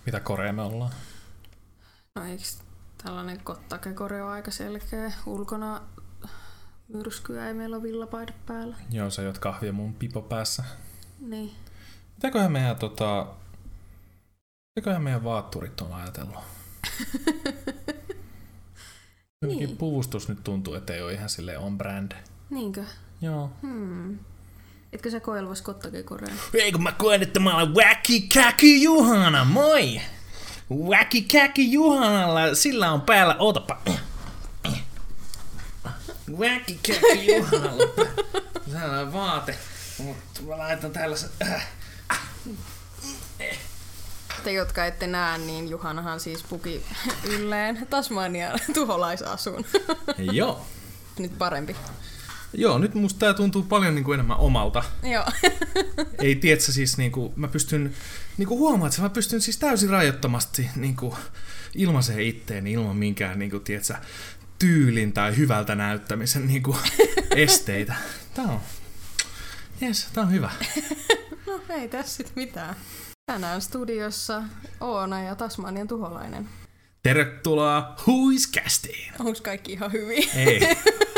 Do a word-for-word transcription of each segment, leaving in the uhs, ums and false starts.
Mitä korea me ollaan? No eikö tällainen Kottake-kore ole aika selkeä? Ulkona myrskyä ei meillä ole villapaidat päällä. Joo, sä joot kahvia mun pipo päässä. Niin. Mitäköhän meidän, tota... Mitäköhän meidän vaatturit on ajatellut? Jotenkin Niin. puvustus nyt tuntuu, että ei ole ihan silleen on brand. Niinkö? Joo. Hmm. Etkö sä koe vois Kottake-korea? Ei kun mä koen, että mä olen Wacky Käki Juhana, moi! Wacky Käki Juhanalla, sillä on päällä, ootapa. Wacky Käki Juhanalla. Sellainen vaate, mutta mä laitan tällaisen... Te, jotka ette näe, niin Juhanahan siis puki ylleen Tasmanian tuholaisasun. Joo. Nyt parempi. Joo, nyt musta tää tuntuu paljon niinku enemmän omalta. Joo. Ei tietsä siis niinku, mä pystyn niinku huomaat, että mä pystyn siis täysin rajoittomasti niinku ilmaiseen itteeni ilman minkään niinku tietsä tyylin tai hyvältä näyttämisen niinku esteitä. Tää on, jes, tää on hyvä. No ei tässä sit mitään. Tänään studiossa Oona ja Tasmanian tuholainen. Tervetuloa Huiskästiin! Onks kaikki ihan hyvin? Ei.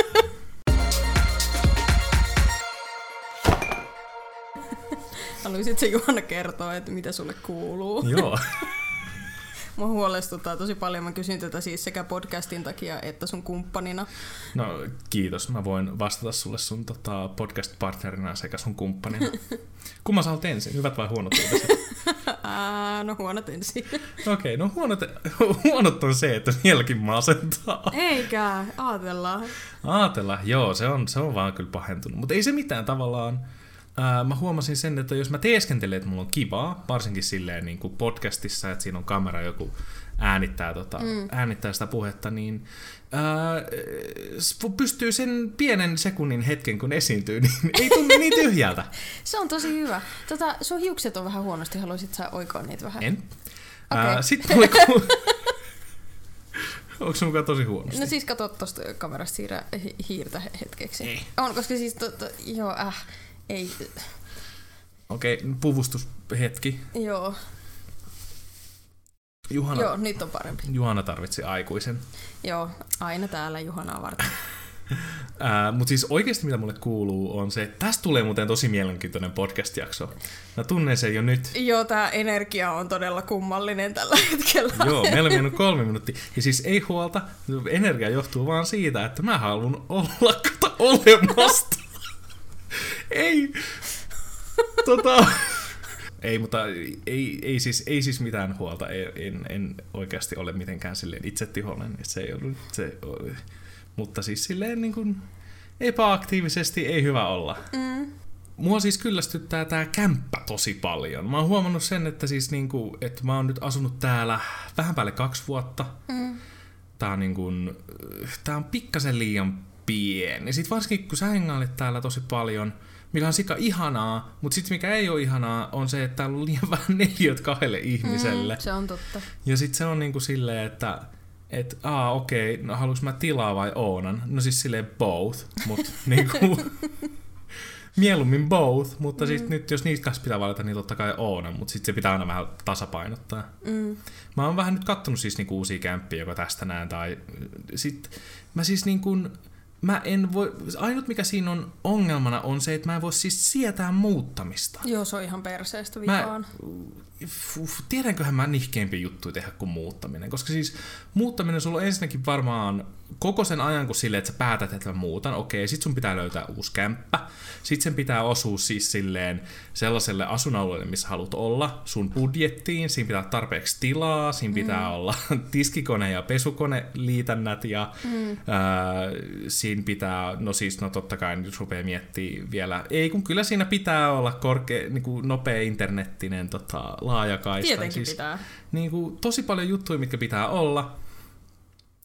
Haluaisitko Juhana kertoa, että mitä sulle kuuluu? Joo. Mua huolestuttaa tosi paljon. Mä kysyn tätä siis sekä podcastin takia että sun kumppanina. No kiitos. Mä voin vastata sulle sun tota, podcast-partnerina sekä sun kumppanina. Kumma sä olet ensin? Hyvät vai huonot uutiset? Ää, no huonot ensin. Okei, okay, no huonot, huonot on se, että vieläkin masentaa. Eikä, aatellaan. Aatella, joo, se on, se on vaan kyllä pahentunut. Mutta ei se mitään tavallaan. Ää, mä huomasin sen, että jos mä teeskentelen, että mulla on kivaa, varsinkin silleen niin kuin podcastissa, että siinä on kamera, joku äänittää, tota, mm. äänittää sitä puhetta, niin ää, pystyy sen pienen sekunnin hetken, kun esiintyy, niin ei tunnu niin tyhjältä. Se on tosi hyvä. Tota, sun hiukset on vähän huonosti, haluaisit sä oikoa niitä vähän? En. Okay. Sitten tuli ku... Onko sun mukaan tosi huonosti? No siis kato tosta kamerasta siirrä hi- hiirtä hetkeksi. Ei. On, koska siis to, to, joo, äh, ei. Okei, okay, puvustushetki. Joo. Juhana, Joo, nyt on parempi. Juhana tarvitsi aikuisen. Joo, aina täällä Juhanaa varten. Uh, Mutta siis oikeasti mitä mulle kuuluu on se, että tästä tulee muuten tosi mielenkiintoinen podcast-jakso. Mä tunnen sen jo nyt. Joo, tää energia on todella kummallinen tällä hetkellä. Joo, meillä on mennyt kolme minuuttia. Ja siis ei huolta, energia johtuu vaan siitä, että mä haluan olla kata olemasta. ei. Tota... Ei, mutta ei, ei, siis, ei siis mitään huolta. En, en oikeasti ole mitenkään silleen itsetihollinen. Se ei ollut, se oli. Mutta siis silleen niin kuin epäaktiivisesti ei hyvä olla. Mm. Mua siis kyllästyttää tää kämppä tosi paljon. Mä oon huomannut sen, että, siis niin kuin, että mä oon nyt asunut täällä vähän päälle kaksi vuotta. Mm. Tää on, niin kuin, tää on pikkasen liian pieni. Sit varsinkin kun sä hengailet täällä tosi paljon, mikä on sika ihanaa, mutta sitten mikä ei ole ihanaa, on se, että täällä on liian vähän neliöt kahdelle ihmiselle. Mm, se on totta. Ja sitten se on niinku silleen, että et, aa okei, okay, no haluanko mä tilaa vai Oonan? No siis silleen both, mutta niinku mieluummin both, mutta mm. sitten nyt jos niistä kanssa pitää valita, niin totta kai Oonan, mutta sitten se pitää aina vähän tasapainottaa. Mm. Mä oon vähän nyt kattonut siis niinku uusia kämppiä, joka tästä näen, tai sit mä siis niinku Mä en voi, ainut mikä siinä on ongelmana on se, että mä en voi siis sietää muuttamista. Joo, se on ihan perseestä vikaan. Mä, tiedänköhän mä nihkeämpi juttuja tehdä kuin muuttaminen, koska siis muuttaminen sulla on ensinnäkin varmaan koko sen ajan kuin silleen, että sä päätät, että mä muutan, okei, sit sun pitää löytää uusi kämppä, sit sen pitää osua siis silleen sellaiselle asuinalueelle, missä haluat olla, sun budjettiin, siinä pitää olla tarpeeksi tilaa, siinä pitää mm. olla tiskikone ja pesukone liitännät ja mm. ää, siinä pitää, no siis no totta kai nyt rupeaa miettimään vielä, ei kun kyllä siinä pitää olla korkea, niin kuin nopea internettinen tota, laajakaista. Tietenkin siis, pitää. Niin kuin, tosi paljon juttuja, mitkä pitää olla.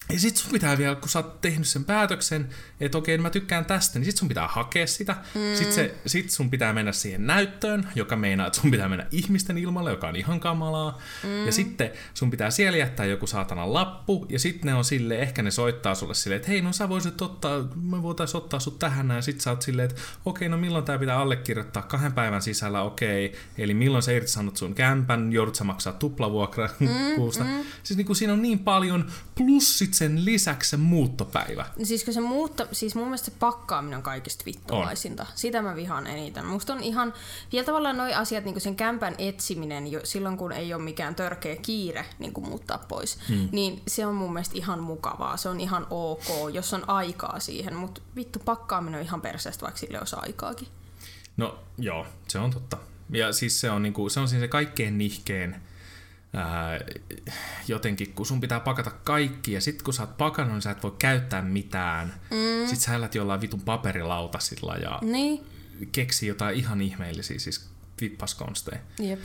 Ja sit sun pitää vielä, kun sä oot tehnyt sen päätöksen, että okei, mä tykkään tästä, niin sit sun pitää hakea sitä. Mm. Sit, se, sit sun pitää mennä siihen näyttöön, joka meinaa, että sun pitää mennä ihmisten ilmalle, joka on ihan kamalaa. Mm. Ja sitten sun pitää siellä jättää joku saatanan lappu, ja sitten ne on silleen, ehkä ne soittaa sulle silleen, että hei, no sä voisit ottaa, me voitais ottaa sut tähän, ja sit sä oot silleen, että okei, no milloin tää pitää allekirjoittaa kahden päivän sisällä, okei, eli milloin sä irtisanot sun kämpän, joudut sä maksaa tuplavuokraa mm, kuusta. Mm. Siis niin kuin siinä on niin paljon, plus sit sen lisäksi se muuttopäivä. Siis kun se muutto, siis mun mielestä se pakkaaminen on kaikista vittulaisinta. On. Sitä mä vihaan eniten. Musta on ihan, vielä tavallaan noi asiat, niin kuin sen kämpän etsiminen, jo, silloin kun ei ole mikään törkeä kiire niin kuin muuttaa pois, mm. niin se on mun mielestä ihan mukavaa. Se on ihan ok, jos on aikaa siihen, mutta vittu pakkaaminen on ihan perseestä, vaikka sille olisi aikaakin. No joo, se on totta. Ja siis se on, niin kuin, se, on siis se kaikkein nihkeen Ää, jotenkin, kun sun pitää pakata kaikki, ja sit kun sä oot pakannut, niin sä et voi käyttää mitään. Mm. Sit sä elät jollain vitun paperilautasilla ja niin. keksii jotain ihan ihmeellisiä, siis vippaskonsteja. Jep.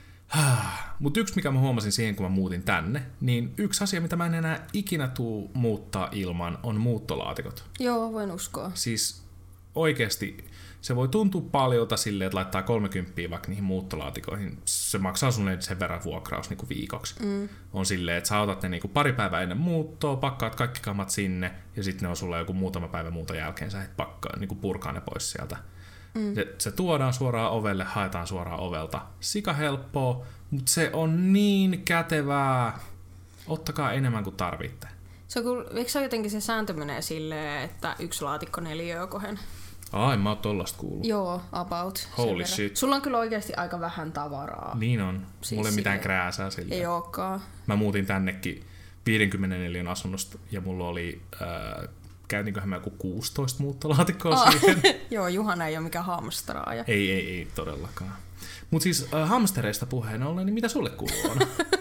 Mut yksi, mikä mä huomasin siihen, kun mä muutin tänne, niin yksi asia, mitä mä en enää ikinä tuu muuttaa ilman, on muuttolaatikot. Joo, voin uskoa. Siis oikeesti se voi tuntua paljolta silleen, että laittaa kolmekymppiä vaikka niihin muuttolaatikoihin. Se maksaa sulle sen verran vuokraus niin kuin viikoksi. Mm. On silleen, että sä otat ne niin kuin pari päivää ennen muuttoa, pakkaat kaikki kamat sinne, ja sitten ne on sulla joku muutama päivä muuta jälkeen, sä et pakkaa, niin kuin purkaa ne pois sieltä. Mm. Se, se tuodaan suoraan ovelle, haetaan suoraan ovelta. Sika helppoa, mutta se on niin kätevää. Ottakaa enemmän kuin tarvitte. Se on, kun, eikö se jotenkin se sääntö menee silleen, että yksi laatikko neliöä kohen? Ai, mä oon tollasta kuullut. Joo, about. Holy shit. Sulla on kyllä oikeasti aika vähän tavaraa. Niin on. Siis mulla ei mitään krääsää sille. Ei ookaan. Mä muutin tännekin viisikymmentäneljä asunnosta ja mulla oli, äh, käytinköhän mä joku kuusitoista muuttolaatikkoa oh. siihen. Joo, Juhana ei ole mikään hamsteraaja. Ei, ei, ei todellakaan. Mut siis äh, hamstereista puheen ollen, niin mitä sulle kuuluu on?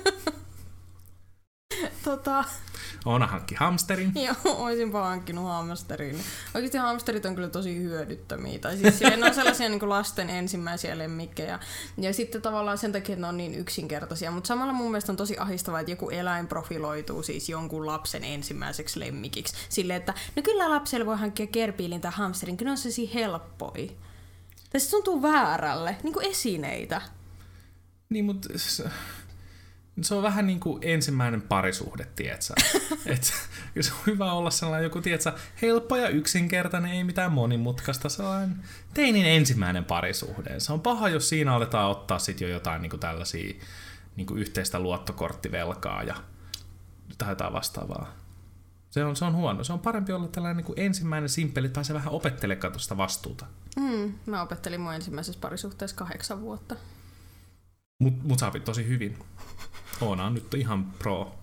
tota... Oona hankki hamsterin. Joo, oisinpa hankkinut hamsterin. Oikeasti hamsterit on kyllä tosi hyödyttömiä. Tai siis ne on sellaisia niin kuin lasten ensimmäisiä lemmikkejä. Ja sitten tavallaan sen takia, että ne on niin yksinkertaisia. Mutta samalla mun mielestä on tosi ahdistavaa, että joku eläin profiloituu siis jonkun lapsen ensimmäiseksi lemmikiksi. Silleen, että no kyllä lapselle voi hankkia kerpiilin tai hamsterin, kyllä ne on sellaisia helppoja. Tai se tuntuu väärälle, niin kuin esineitä. Niin, mutta... Se on vähän niin kuin ensimmäinen parisuhde, tietsä. Et, se on hyvä olla sellainen joku, tietsä, helppo ja yksinkertainen, ei mitään monimutkaista. Sellainen teinin ensimmäinen parisuhde. Se on paha, jos siinä aletaan ottaa sit jo jotain niin kuin tällaisia niin kuin yhteistä luottokorttivelkaa ja tai jotain vastaavaa. Se on, se on huono. Se on parempi olla tällainen niin kuin ensimmäinen simppeli, että pääsee vähän opettelemaan tuosta vastuuta. Mm, mä opettelin mun ensimmäisessä parisuhteessa kahdeksan vuotta. Mut, mut sä opit tosi hyvin. Oona on nyt ihan pro.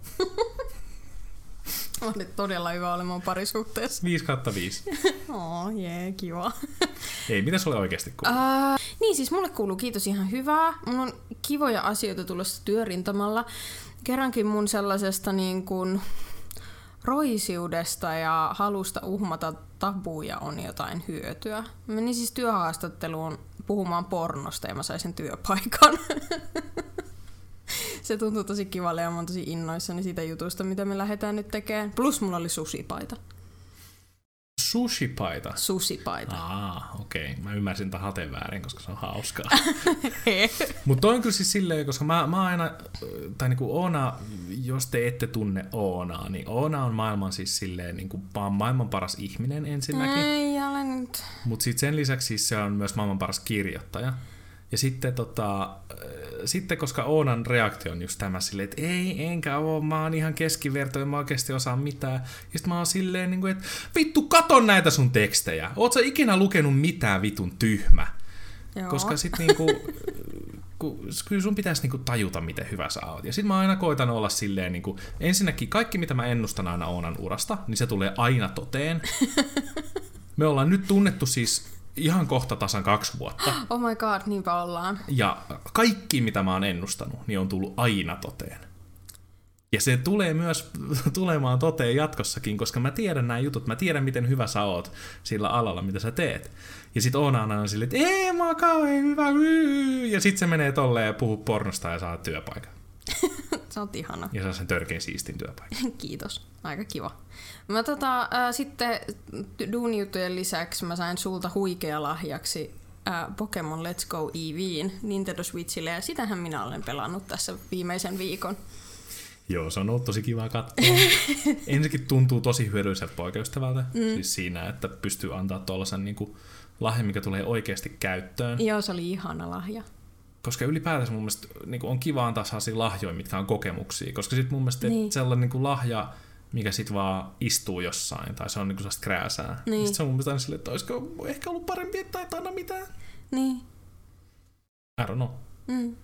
On nyt todella hyvä olemaan parisuhteessa. viisi kautta viisi. Oo, jee, kiva. Ei, mitä sulle oikeasti kuuluu? Uh, niin, siis mulle kuuluu kiitos ihan hyvää. Mulla on kivoja asioita tulossa työrintamalla. Kerrankin mun sellaisesta niin kuin roisiudesta ja halusta uhmata tabuja on jotain hyötyä. Mä menin siis työhaastatteluun puhumaan pornosta ja mä sain sen työpaikan. Se tuntuu tosi kivalle ja mä oon tosi innoissani siitä jutusta, mitä me lähdetään nyt tekemään. Plus mulla oli sushipaita. Sushipaita? Susipaita. Aa, okei. Okay. Mä ymmärsin tämän hateen väärin, koska se on hauskaa. Mutta on kyllä siis silleen, koska mä, mä aina, tai niinku Oona, jos te ette tunne Oonaa, niin Oona on maailman siis silleen, niinku maailman paras ihminen ensinnäkin. Ei ole nyt. Mutta sitten sen lisäksi siis se on myös maailman paras kirjoittaja. Ja sitten, tota, sitten koska Oonan reaktio on just tämä silleen, että ei, enkä oo, mä oon ihan keskiverto, en mä oikeesti osaa mitään. Ja sitten mä oon silleen, niin kuin, että vittu, katon näitä sun tekstejä. Oot sä ikinä lukenut mitään vitun tyhmä? Joo. Koska sit niinku, kun, kyllä sun pitäisi niinku tajuta, miten hyvä sä oot. Ja sit mä aina koitan olla silleen, niinku, ensinnäkin kaikki, mitä mä ennustan aina Oonan urasta, niin se tulee aina toteen. Me ollaan nyt tunnettu siis ihan kohta tasan kaksi vuotta. Oh my god, niinpä ollaan. Ja kaikki, mitä mä oon ennustanut, niin on tullut aina toteen. Ja se tulee myös tulemaan toteen jatkossakin, koska mä tiedän nämä jutut, mä tiedän, miten hyvä sä oot sillä alalla, mitä sä teet. Ja sit Oona on aina silleen, että ei, mä oon kauhean hyvä, ja sit se menee tolleen ja puhuu pornosta ja saa työpaikan. Sä oot ihana. Ja saa sen törkein siistin työpaikan. Kiitos. Aika kiva. Mä tota, ää, sitten duunijuttujen lisäksi mä sain sulta huikea lahjaksi ää, Pokemon Let's Go Eeveen Nintendo Switchille, ja sitähän minä olen pelannut tässä viimeisen viikon. Joo, se on ollut tosi kiva katsoa. Ensinnäkin tuntuu tosi hyödylliseltä poikaystävältä. Mm. Siis siinä, että pystyy antaa tuollaisen niin kuin lahjan, mikä tulee oikeasti käyttöön. Joo, se oli ihana lahja. Koska ylipäätänsä mun mielestä niin kuin on kiva antaa sellaisia lahjoja, mitkä on kokemuksia. Koska sit mun mielestä niin. sellainen niin kuin lahja, mikä sit vaan istuu jossain, tai se on niin kuin sellaista krääsää. Niin. Sitten se on mun mielestä aina silleen, että olisiko ehkä ollut parempi, että ei anna mitään. Niin. I don't know. Mm.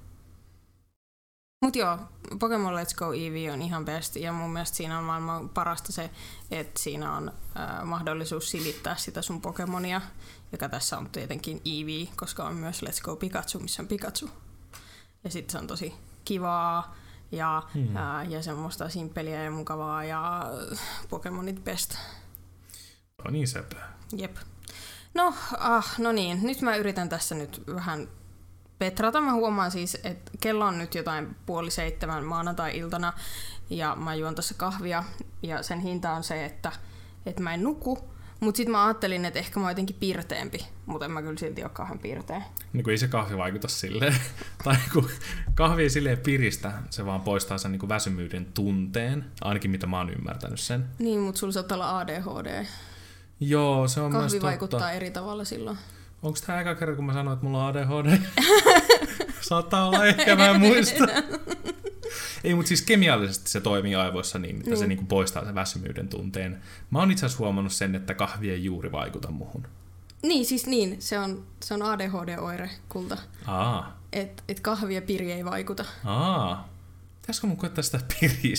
Mut joo, Pokemon Let's Go Eevee on ihan best, ja mun mielestä siinä on maailman parasta se, että siinä on äh, mahdollisuus silittää sitä sun Pokemonia, joka tässä on tietenkin Eevee, koska on myös Let's Go Pikachu, missä on Pikachu. Ja sitten se on tosi kivaa ja, hmm. äh, ja semmoista simppeliä ja mukavaa ja Pokemonit best. No niin sepä. Jep. No, ah, no niin, nyt mä yritän tässä nyt vähän petrata. Mä huomaan siis, että kello on nyt jotain puoli seitsemän maanantai-iltana ja mä juon tässä kahvia ja sen hinta on se, että, että mä en nuku. Mutta sitten mä ajattelin, että ehkä mä oon jotenkin piirteempi, mutta en mä kyllä silti ole kauhean piirteä. Niin kuin ei se kahvi vaikuta silleen. Tai kun kahvi ei silleen piristä, se vaan poistaa sen niin kuin väsymyyden tunteen, ainakin mitä mä oon ymmärtänyt sen. Niin, mutta sulla saattaa olla A D H D. Joo, se on kahvi myös totta. Kahvi vaikuttaa eri tavalla silloin. Onko tämä eka kerran, kun mä sanoin, että mulla on A D H D? Saattaa olla, ehkä mä en muista. Ei, mutta siis kemiallisesti se toimii aivoissa niin, että niin. se niinku poistaa sen väsymyyden tunteen. Mä oon itse asiassa huomannut sen, että kahvi ei juuri vaikuta muhun. Niin, siis niin. Se on, se on A D H D-oire, kulta. Aa. Et, et kahvi ja piri ei vaikuta. Aa. Pitäisikö mun koettaa sitä piriä?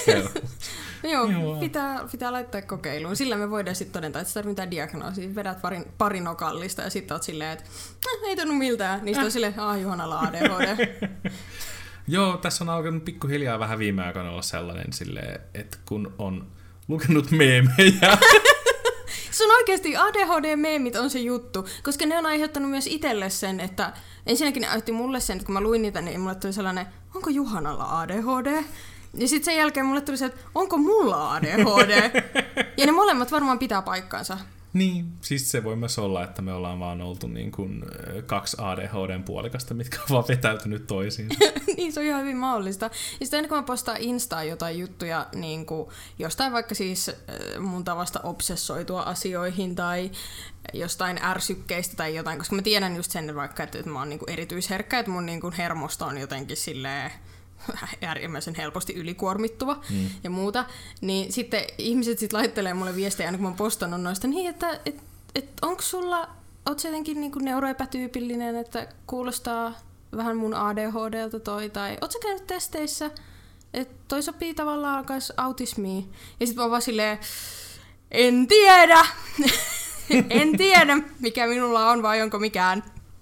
Joo, Joo. Pitää, pitää laittaa kokeiluun. Sillä me voidaan sitten todeta, että se tarvitsee mitään diagnoosia. Vedät parin, pari nokallista ja sitten oot silleen, että eh, ei tunnu miltään. Niistä äh. on silleen, aah, Juhanalla A D H D. Joo, tässä on alkanut pikkuhiljaa vähän viime aikoina olla sellainen silleen, että kun on lukenut meemejä. Se on oikeasti, A D H D-meemit on se juttu, koska ne on aiheuttanut myös itselle sen, että ensinnäkin ne aiheutti mulle sen, että kun mä luin niitä, niin mulle tuli sellainen, onko Juhanalla A D H D? Ja sitten sen jälkeen mulle tuli se, että onko mulla A D H D? Ja ne molemmat varmaan pitää paikkaansa. Niin, siis se voi myös olla, että me ollaan vaan oltu niin kuin kaksi A D H D:n puolikasta, mitkä on vaan vetäytynyt toisiin. Niin, se on ihan hyvin mahdollista. Ja sitten kun mä postaan Instaan jotain juttuja niin kuin jostain vaikka siis mun tavasta obsessoitua asioihin tai jostain ärsykkeistä tai jotain, koska mä tiedän just sen vaikka, että mä oon niin kuin erityisherkkä, että mun niin kuin hermosto on jotenkin silleen äärimmäisen helposti ylikuormittuva mm. ja muuta, niin sitten ihmiset sit laittelee mulle viestejä aina kun mä oon postannut noista, niin että et, et onko sulla, oot sä jotenkin niinku neuroepätyypillinen, että kuulostaa vähän mun A D H D:ltä toi, tai oot sä käynyt testeissä, että toi sopii tavallaan kans autismiin. Ja sit mä oon vaan silleen, en tiedä, en tiedä mikä minulla on vai onko mikään.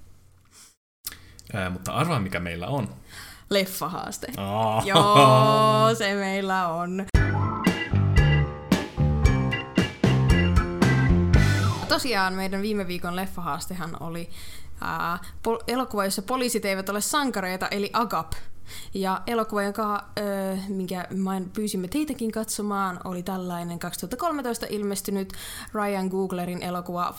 Ää, mutta arvaa mikä meillä on. Leffahaaste. Oh. Joo, se meillä on. Tosiaan meidän viime viikon leffahaastehan oli ää, pol- elokuva, jossa poliisit eivät ole sankareita, eli Agap. Ja elokuva, jonka, öö, minkä pyysimme teitäkin katsomaan, oli tällainen kaksituhattakolmetoista ilmestynyt Ryan Cooglerin elokuva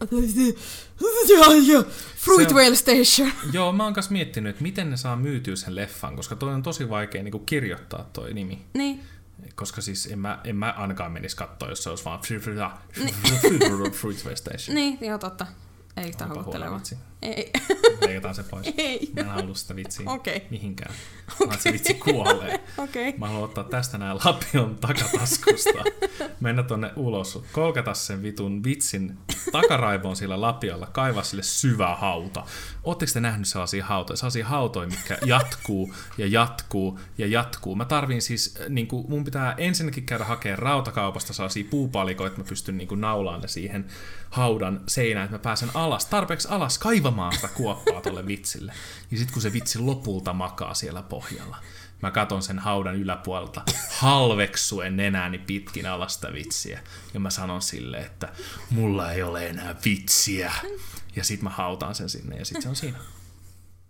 Fruitvale Station. Joo, mä oon kanssa miettinyt, että miten ne saa myytyä sen leffan, koska toi on tosi vaikea niin kuin kirjoittaa toi nimi. Niin. Koska siis en mä, en mä ainakaan menisi katsoa, jos se olisi vaan Fruitvale Station. Niin, joo totta. Ei sitä houkutteleva. Ei. Leikataan se pois. Ei. Mä en halua sitä vitsiä okay. mihinkään. Mä okay. se vitsi kuolee. Okay. Mä haluan ottaa tästä nää lapion takataskusta. Mennä tonne ulos. Kolkata sen vitun vitsin takaraivoon sillä lapiolla. Kaivaa sille syvä hauta. Ootteko te nähnyt sellaisia hautoja? Sellaisia hautoja, mitkä jatkuu ja jatkuu ja jatkuu. Mä tarviin siis, niin kuin, mun pitää ensinnäkin käydä hakemaan rautakaupasta sellaisia puupalikoita, että mä pystyn niin kuin, naulaan ne siihen haudan seinään, että mä pääsen alas, tarpeeksi alas kaivamaan sitä kuoppaa tolle vitsille. Ja sit kun se vitsi lopulta makaa siellä pohjalla, mä katon sen haudan yläpuolelta halveksuen nenääni pitkin alas sitä vitsiä. Ja mä sanon sille, että mulla ei ole enää vitsiä. Ja sit mä hautaan sen sinne ja sit se on siinä.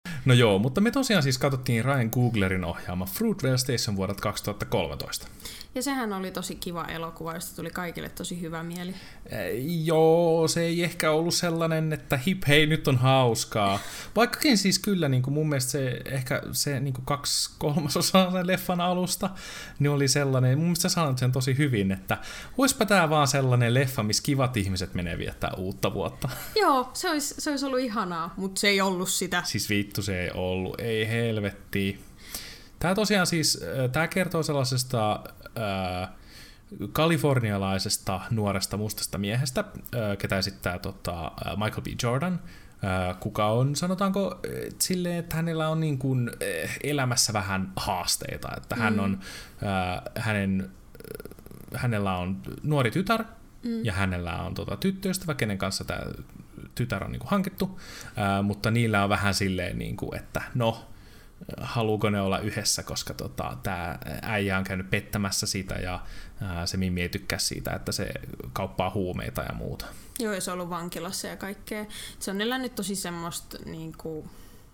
No joo, mutta me tosiaan siis katsottiin Ryan Cooglerin ohjaama Fruitvale Station vuodelta kaksituhattakolmetoista. Ja sehän oli tosi kiva elokuva, josta tuli kaikille tosi hyvä mieli. E, joo, se ei ehkä ollut sellainen, että hip hei, nyt on hauskaa. Vaikkakin siis kyllä niin kuin mun mielestä se, ehkä se niin kuin kaksi kolmasosaa sen leffan alusta, niin oli sellainen, mun mielestä sä sanoit sen tosi hyvin, että oispa tää vaan sellainen leffa, missä kivat ihmiset menee viettää uutta vuotta. Joo, se olisi, se olisi ollut ihanaa, mutta se ei ollut sitä. Siis vittu se ei ollut, ei helvetti. Tää tosiaan siis, tää kertoo sellaisesta äh, kalifornialaisesta nuoresta mustasta miehestä, äh, ketä esittää tota, Michael B. Jordan, äh, kuka on, sanotaanko silleen, että hänellä on niin kuin, äh, elämässä vähän haasteita, että hän on, äh, hänen, äh, hänellä on nuori tytär, mm. ja hänellä on tota, tyttöystävä, kenen kanssa tämä tytär on niin kuin hankittu, äh, mutta niillä on vähän silleen, niin kuin, että no, haluuko ne olla yhdessä, koska tota, tämä äijä on käynyt pettämässä sitä ja ää, se Mimmi ei tykkää siitä, että se kauppaa huumeita ja muuta. Joo, ja se on ollut vankilassa ja kaikkea. Se on elänyt tosi semmoista niinku...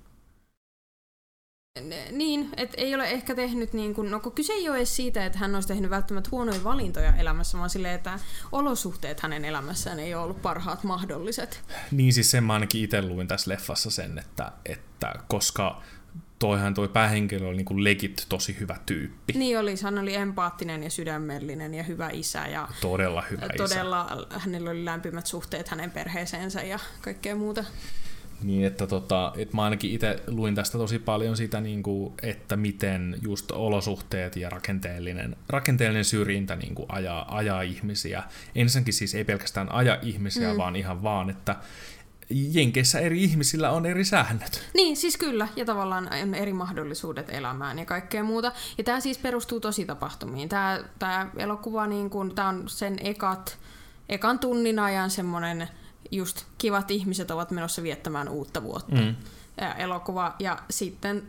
Niin, että ei ole ehkä tehnyt, niin kuin, no kun kyse ei ole edes siitä, että hän olisi tehnyt välttämättä huonoja valintoja elämässä, vaan silleen, että olosuhteet hänen elämässään ei ole ollut parhaat mahdolliset. Niin, siis sen mä ainakin itse luin tässä leffassa sen, että, että koska toihan toi päähenkilö oli niinku legit tosi hyvä tyyppi. Niin oli, hän oli empaattinen ja sydämellinen ja hyvä isä. Ja todella hyvä isä. Todella hänellä oli lämpimät suhteet hänen perheeseensä ja kaikkea muuta. Niin, että, tota, että mä ainakin itse luin tästä tosi paljon sitä, niin kuin, että miten just olosuhteet ja rakenteellinen, rakenteellinen syrjintä niin kuin ajaa, ajaa ihmisiä. Ensinnäkin siis ei pelkästään aja ihmisiä, mm. vaan ihan vaan, että Jenkeissä eri ihmisillä on eri säännöt. Niin, siis kyllä. Ja tavallaan on eri mahdollisuudet elämään ja kaikkea muuta. Ja tämä siis perustuu tositapahtumiin. Tämä, tämä elokuva, niin kun, tämä on sen ekat, ekan tunnin ajan semmoinen, just kivat ihmiset ovat menossa viettämään uutta vuotta. Mm. Ja elokuva. Ja sitten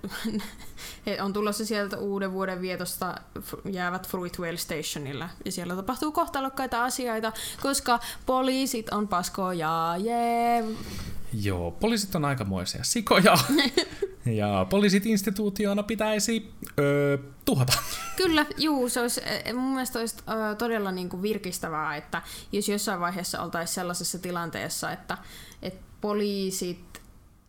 on tulossa sieltä uuden vuoden vietosta jäävät Fruitvale Stationilla. Ja siellä tapahtuu kohtalokkaita asioita, koska poliisit on paskoja. Jee. Joo, poliisit on aikamoisia sikoja. Ja poliisit instituutiona pitäisi öö, tuhota. Kyllä, juu, se olisi, mun mielestä olisi ö, todella niin kuin virkistävää, että jos jossain vaiheessa oltaisiin sellaisessa tilanteessa, että, että poliisit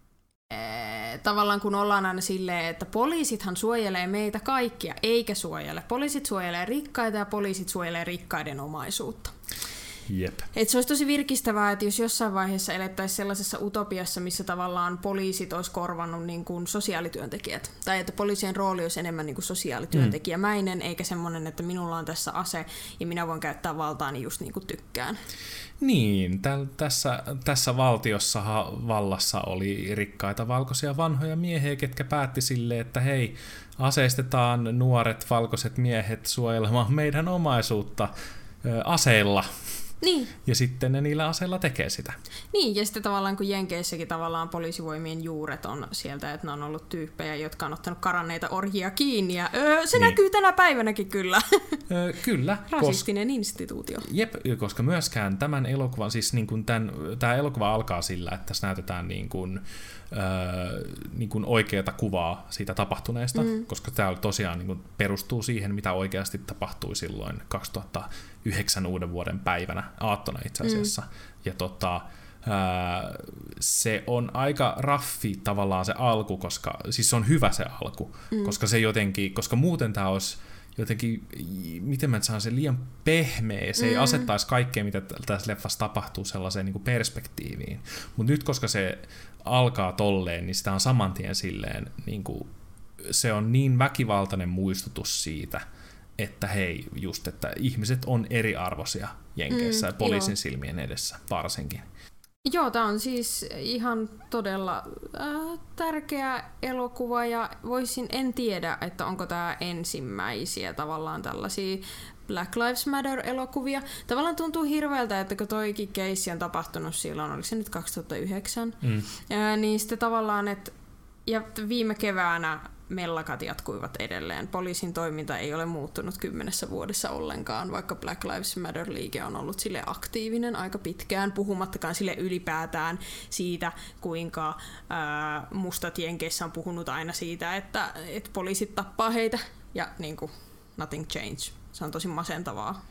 tavallaan kun ollaan aina silleen, että poliisithan suojelee meitä kaikkia, eikä suojele. Poliisit suojelee rikkaita ja poliisit suojelee rikkaiden omaisuutta. Jep. Et se olisi tosi virkistävää, että jos jossain vaiheessa elettäisiin sellaisessa utopiassa, missä tavallaan poliisit olisi korvannut niin kuin sosiaalityöntekijät. Tai että poliisien rooli olisi enemmän niin kuin sosiaalityöntekijämäinen, mm. eikä semmoinen, että minulla on tässä ase ja minä voin käyttää valtaani just niin kuin tykkään. Niin, täl, tässä, tässä valtiossa vallassa oli rikkaita valkoisia vanhoja miehiä, ketkä päätti silleen, että hei, aseistetaan nuoret valkoiset miehet suojelemaan meidän omaisuutta ö, aseilla. Niin. Ja sitten ne niillä aseilla tekee sitä. Niin, ja sitten tavallaan kun Jenkeissäkin tavallaan poliisivoimien juuret on sieltä, että ne on ollut tyyppejä, jotka on ottanut karanneita orjia kiinni, ja öö, se niin. näkyy tänä päivänäkin kyllä. Öö, kyllä. Rasistinen kos... instituutio. Jep, koska myöskään tämän elokuvan, siis niin kuin tämän, tämä elokuva alkaa sillä, että tässä näytetään niin kuin, öö, niin kuin oikeata kuvaa siitä tapahtuneesta, mm. koska tämä tosiaan niin kuin perustuu siihen, mitä oikeasti tapahtui silloin kaksituhattayhdeksän uuden vuoden päivänä, aattona itse asiassa. Mm. Ja tota, ää, se on aika raffi tavallaan se alku, koska siis se on hyvä se alku, mm. koska se jotenkin, koska muuten tämä olisi jotenkin, miten mä saan se liian pehmeä, se mm. ei asettaisi kaikkea, mitä tässä leffassa tapahtuu sellaiseen niin kuin perspektiiviin. Mutta nyt, koska se alkaa tolleen, niin sitä on saman tien silleen, niin kuin, se on niin väkivaltainen muistutus siitä, että hei, just, että ihmiset on eriarvoisia Jenkeissä mm, poliisin joo. silmien edessä varsinkin. Joo, tämä on siis ihan todella äh, tärkeä elokuva ja voisin, en tiedä, että onko tämä ensimmäisiä tavallaan tällaisia Black Lives Matter-elokuvia. Tavallaan tuntuu hirveältä, että kun toikin keissi on tapahtunut silloin, oliko se nyt kaksituhattayhdeksän, mm. äh, niin sitten tavallaan, että ja viime keväänä mellakat jatkuivat edelleen. Poliisin toiminta ei ole muuttunut kymmenessä vuodessa ollenkaan, vaikka Black Lives Matter-liike on ollut sille aktiivinen aika pitkään, puhumattakaan sille ylipäätään siitä, kuinka ää, mustat jenkeissä on puhunut aina siitä, että, että poliisit tappaa heitä ja niin kuin, nothing change. Se on tosi masentavaa.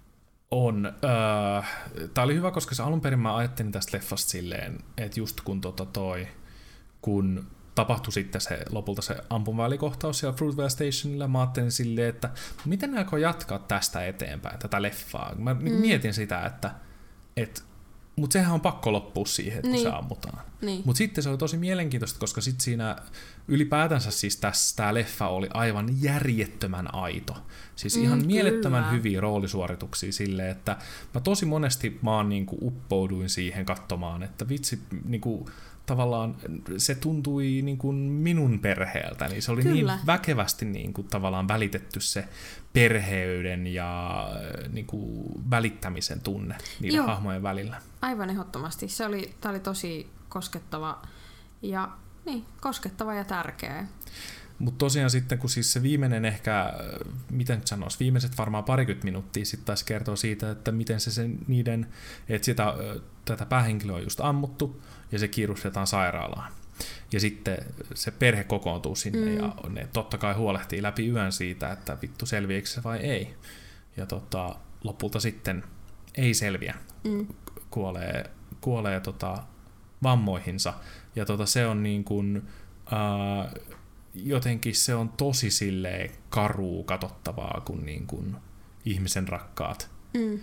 On. Äh, Tämä oli hyvä, koska se alun perin mä ajattelin tästä leffasta silleen, että just kun tota toi, kun tapahtui sitten se, lopulta se ampumavälikohtaus siellä Fruitvale Stationilla, mä ajattelin silleen, että miten ne aikoo jatkaa tästä eteenpäin, tätä leffaa. Mä mm. mietin sitä, että et, mutta sehän on pakko loppua siihen, että niin. kun se ammutaan. Niin. Mutta sitten se oli tosi mielenkiintoista, koska sitten siinä ylipäätänsä siis tämä leffa oli aivan järjettömän aito. Siis ihan mm, mielettömän kyllä. hyviä roolisuorituksia silleen, että mä tosi monesti vaan niinku uppouduin siihen katsomaan, että vitsi, niinku, tavallaan se tuntui niinku minun perheeltä, niin se oli kyllä. niin väkevästi niinku, tavallaan välitetty se perheyden ja niinku, välittämisen tunne niiden Joo. hahmojen välillä. Aivan ehdottomasti. Se oli, tää oli tosi koskettava ja, niin, koskettava ja tärkeä. Mutta tosiaan sitten, kun siis se viimeinen ehkä, miten sanoisi, viimeiset varmaan parikymmentä minuuttia sitten taas kertoo siitä, että miten se sen niiden, että sitä, tätä päähenkilöä on just ammuttu ja se kiirustetaan sairaalaan. Ja sitten se perhe kokoontuu sinne mm. ja ne totta kai huolehtii läpi yön siitä, että vittu selviääkö se vai ei. Ja tota, lopulta sitten ei selviä, mm. kuolee, kuolee tota, vammoihinsa. Ja tota, se on niin kuin, äh, jotenkin se on tosi silleen karuu katsottavaa, kun niin kuin ihmisen rakkaat mm.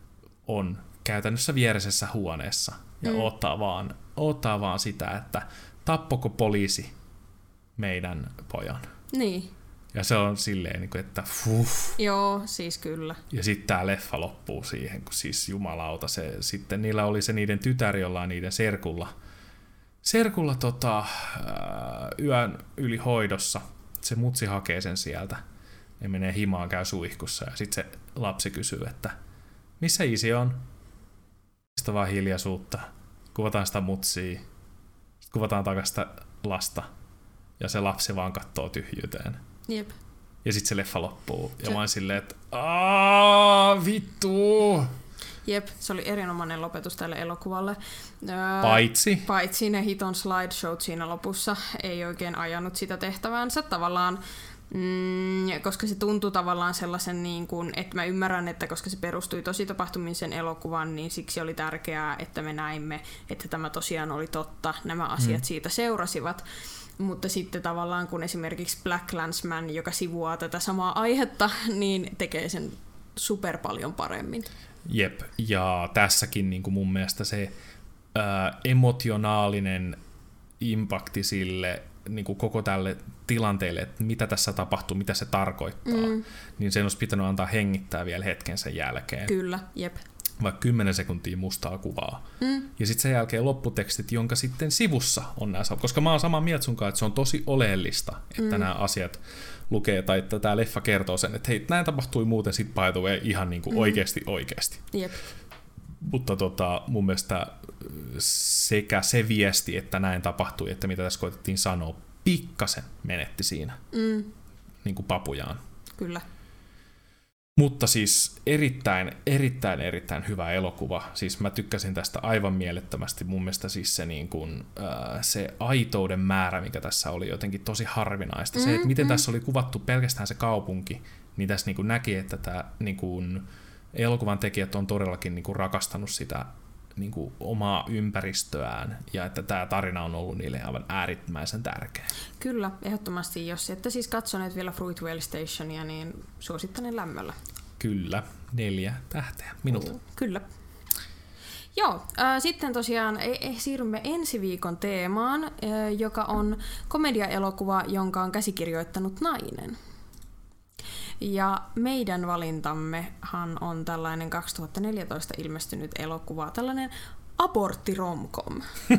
on käytännössä vieresessä huoneessa ja mm. odottaa, vaan, odottaa vaan sitä, että tappoko poliisi meidän pojan. Niin. Ja se on silleen, että fuh. Joo, siis kyllä. Ja sitten tämä leffa loppuu siihen, kun siis jumalauta, se, sitten niillä oli se niiden tytär, jolla on niiden serkulla, serkulla tota, yön yli hoidossa. Se mutsi hakee sen sieltä. Ne menee himaan, käy suihkussa ja sitten se lapsi kysyy, että missä isi on? Sitten vaan hiljaisuutta. Kuvataan sitä mutsia. Sitten kuvataan takaisin sitä lasta. Ja se lapsi vaan kattoo tyhjyyteen. Jep. Ja sitten se leffa loppuu. Ja se... mä oon silleen, että aah, vittu! Jep, se oli erinomainen lopetus tälle elokuvalle. Paitsi? Paitsi ne hiton slideshowt siinä lopussa ei oikein ajanut sitä tehtäväänsä tavallaan. Mm, koska se tuntui tavallaan sellaisen, niin kuin, että mä ymmärrän, että koska se perustui tositapahtumiin sen elokuvan, niin siksi oli tärkeää, että me näimme, että tämä tosiaan oli totta, nämä asiat mm. siitä seurasivat. Mutta sitten tavallaan kun esimerkiksi BlacKkKlansman, joka sivuaa tätä samaa aihetta, niin tekee sen super paljon paremmin. Jep, ja tässäkin niin kuin mun mielestä se ää, emotionaalinen impakti sille niin kuin koko tälle tilanteelle, että mitä tässä tapahtuu, mitä se tarkoittaa, mm. niin sen olisi pitänyt antaa hengittää vielä hetken sen jälkeen. Kyllä, jep. Vaikka kymmenen sekuntia mustaa kuvaa. Mm. Ja sitten sen jälkeen lopputekstit, jonka sitten sivussa on nämä, koska mä oon samaa mieltä sunkaan, että se on tosi oleellista, että mm. nämä asiat lukee, tai että tämä leffa kertoo sen, että hei, näin tapahtui muuten sit by the way ihan niin kuin mm. oikeasti oikeasti. Jep. Mutta tota, mun mielestä sekä se viesti, että näin tapahtui, että mitä tässä koitettiin sanoa, pikkasen menetti siinä mm. niin kuin papujaan. Kyllä. Mutta siis erittäin, erittäin, erittäin hyvä elokuva. Siis mä tykkäsin tästä aivan mielettömästi. Mun mielestä siis se, niin kuin, äh, se aitouden määrä, mikä tässä oli jotenkin tosi harvinaista. Mm, se, että miten mm. tässä oli kuvattu pelkästään se kaupunki, niin tässä niin kuin näki, että tämä niin kuin, elokuvan tekijät on todellakin niin kuin rakastanut sitä niin kuin omaa ympäristöään ja että tämä tarina on ollut niille aivan äärimmäisen tärkeä. Kyllä, ehdottomasti. Jos ette siis katsoneet vielä Fruitvale Stationia, niin suosittelen lämmöllä. Kyllä, neljä tähteä minulta. Mm, kyllä. Joo, äh, sitten tosiaan e- e- siirrymme ensi viikon teemaan, äh, joka on komediaelokuva, jonka on käsikirjoittanut nainen. Ja meidän valintammehan on tällainen kaksituhattaneljätoista ilmestynyt elokuva, tällainen abortti-romcom.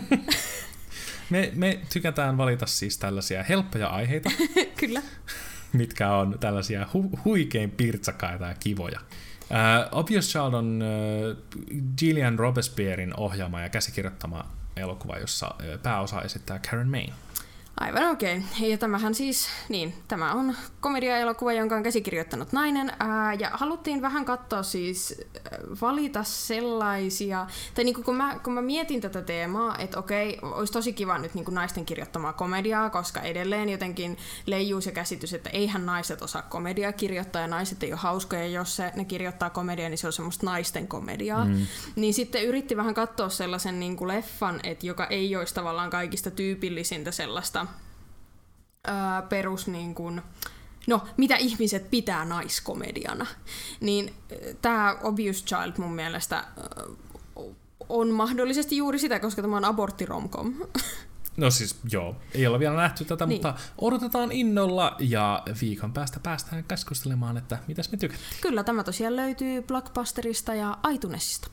me, me tykätään valita siis tällaisia helppoja aiheita. Kyllä. Mitkä on tällaisia hu- huikein pirtsakaita ja kivoja. Uh, Obvious Child on uh, Gillian Robespierren ohjaama ja käsikirjoittama elokuva, jossa uh, pääosa esittää Karen Maine. Aivan oikein. Ja tämähän siis, niin, tämä on komedia-elokuva, jonka on käsikirjoittanut nainen. Ää, ja haluttiin vähän katsoa siis, valita sellaisia, tai niin kun mä, kun mä mietin tätä teemaa, että okei, olisi tosi kiva nyt niin kuin naisten kirjoittamaa komediaa, koska edelleen jotenkin leijuu se käsitys, että eihän naiset osaa komediaa kirjoittaa, ja naiset ei ole hauskoja, jos se, ne kirjoittaa komediaa, niin se on semmoista naisten komediaa. Mm. Niin sitten yritti vähän katsoa sellaisen niin kuin leffan, että joka ei olisi tavallaan kaikista tyypillisintä sellaista ää, perus niin kuin, no, mitä ihmiset pitää naiskomediana. Niin tämä Obvious Child mun mielestä ää, on mahdollisesti juuri sitä, koska tämä on aborttiromcom. No siis joo, ei olla vielä nähty tätä, niin. Mutta odotetaan innolla ja viikon päästä päästään keskustelemaan, että mitäs me tykättiin. Kyllä, tämä tosiaan löytyy Blockbusterista ja iTunesista.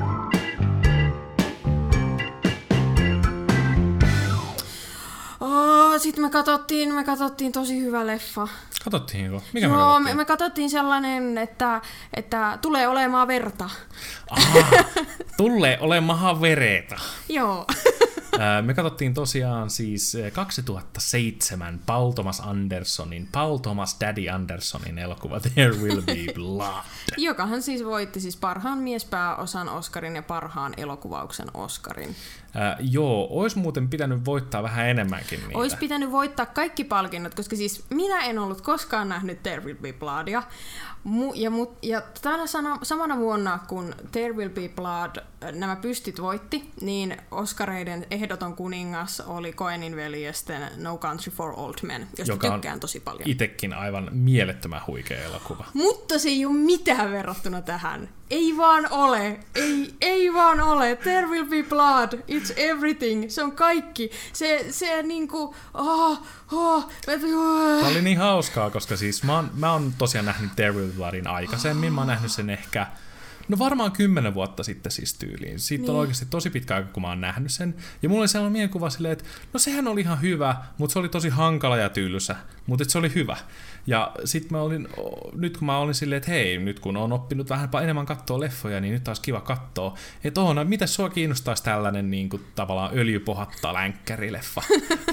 Oh, sitten me katsottiin, me katsottiin tosi hyvä leffa. Katsottiinko? Mikä Joo, me katsottiin? Me, me katsottiin sellainen, että, että tulee olemaan verta. Aha, tulee olemaan veretä. Joo. Me katsottiin tosiaan siis kaksituhattaseitsemän Paul Thomas Andersonin, Paul Thomas Daddy Andersonin elokuva There Will Be Blood. Jokahan siis voitti siis parhaan miespääosan Oscarin ja parhaan elokuvauksen Oscarin. Äh, joo, ois muuten pitänyt voittaa vähän enemmänkin niitä. Ois pitänyt voittaa kaikki palkinnot, koska siis minä en ollut koskaan nähnyt There Will Be Bloodia. Mu- ja, mut, ja tänä sana, samana vuonna, kun There Will Be Blood nämä pystit voitti, niin Oscareiden ehdoton kuningas oli Coenin veljesten No Country for Old Men, josta joka tykkään tosi paljon. Itekin aivan mielettömän huikea elokuva. Mutta se ei ole mitään verrattuna tähän. Ei vaan ole. Ei, ei vaan ole. There Will Be Blood. It's everything. Se on kaikki. Se, se niinku... Oh, oh, Tämä oli niin hauskaa, koska siis mä oon, mä oon tosiaan nähnyt There Will Be Bloodin aikaisemmin. Mä oon nähnyt sen ehkä... No varmaan kymmenen vuotta sitten siis tyyliin. Siitä niin. On oikeasti tosi pitkä aika, kun mä oon nähnyt sen. Ja mulla oli sellainen mielikuva silleen, että no sehän oli ihan hyvä, mutta se oli tosi hankala ja tylsä. Mutta se oli hyvä. Ja sit mä olin, nyt kun mä olin silleen, että hei, nyt kun on oppinut vähän enemmän katsoa leffoja, niin nyt taas kiva katsoa. Että oona, mitä sua kiinnostaisi tällainen niin kuin, tavallaan öljypohatta länkkärileffa?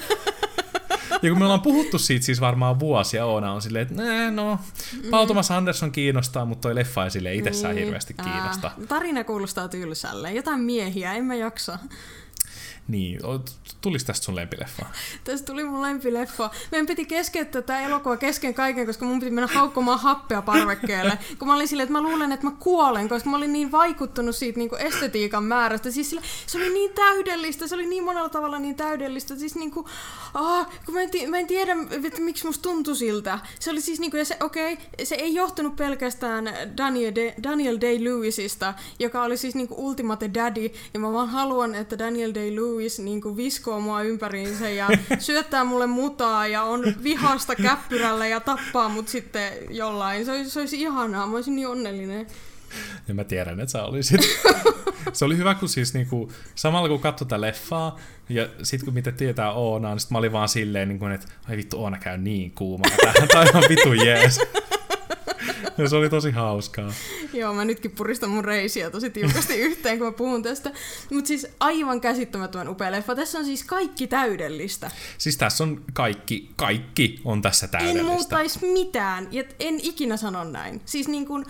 Ja kun me ollaan puhuttu siitä siis varmaan vuosia, Oona on silleen, että no, Paul Thomas Anderson kiinnostaa, mutta toi leffa ei silleen itsessään niin, hirveästi kiinnosta. Ää, tarina kuulostaa tylsälle. Jotain miehiä, en mä jaksa. Niin, tulis tästä sun lempileffa? Tästä tuli mun lempileffa. Meidän piti keskeyttää tää elokuva kesken kaiken, koska mun piti mennä haukkomaan happea parvekkeelle. Kun mä olin silleen, että mä luulen, että mä kuolen, koska mä olin niin vaikuttunut siitä niin kuin estetiikan määrästä. Siis sillä, se oli niin täydellistä, se oli niin monella tavalla niin täydellistä. Siis niin kuin, ah, kun mä, en t- mä en tiedä, että miksi musta tuntui siltä. Se oli siis niin kuin, se, okei, okay, se ei johtunut pelkästään Daniel, De- Daniel Day-Lewisista, joka oli siis niin kuin ultimate daddy. Ja mä vaan haluan, että Daniel Day-Lewis niin kuin viskoo mua ympäriinsä ja syöttää mulle mutaa ja on vihasta käppyrällä ja tappaa mut sitten jollain. Se olisi, se olisi ihanaa, mä olisin niin onnellinen. Ja mä tiedän, että sä olisit. Se oli hyvä, kun siis niinku, samalla kun katsoi tätä leffaa, ja sit kun mitä tietää Oonaa, niin sit mä olin vaan silleen, niin kuin, että ai vittu, Oona käy niin kuumana tähän, tai ihan vitu jees. Ja se oli tosi hauskaa. Joo, mä nytkin puristan mun reisiä tosi tiukasti yhteen, kun mä puhun tästä. Mutta siis aivan käsittämättömän upea leffa. Tässä on siis kaikki täydellistä. Siis tässä on kaikki, kaikki on tässä täydellistä. En muuttaisi mitään, ja en ikinä sano näin. Siis niin kuin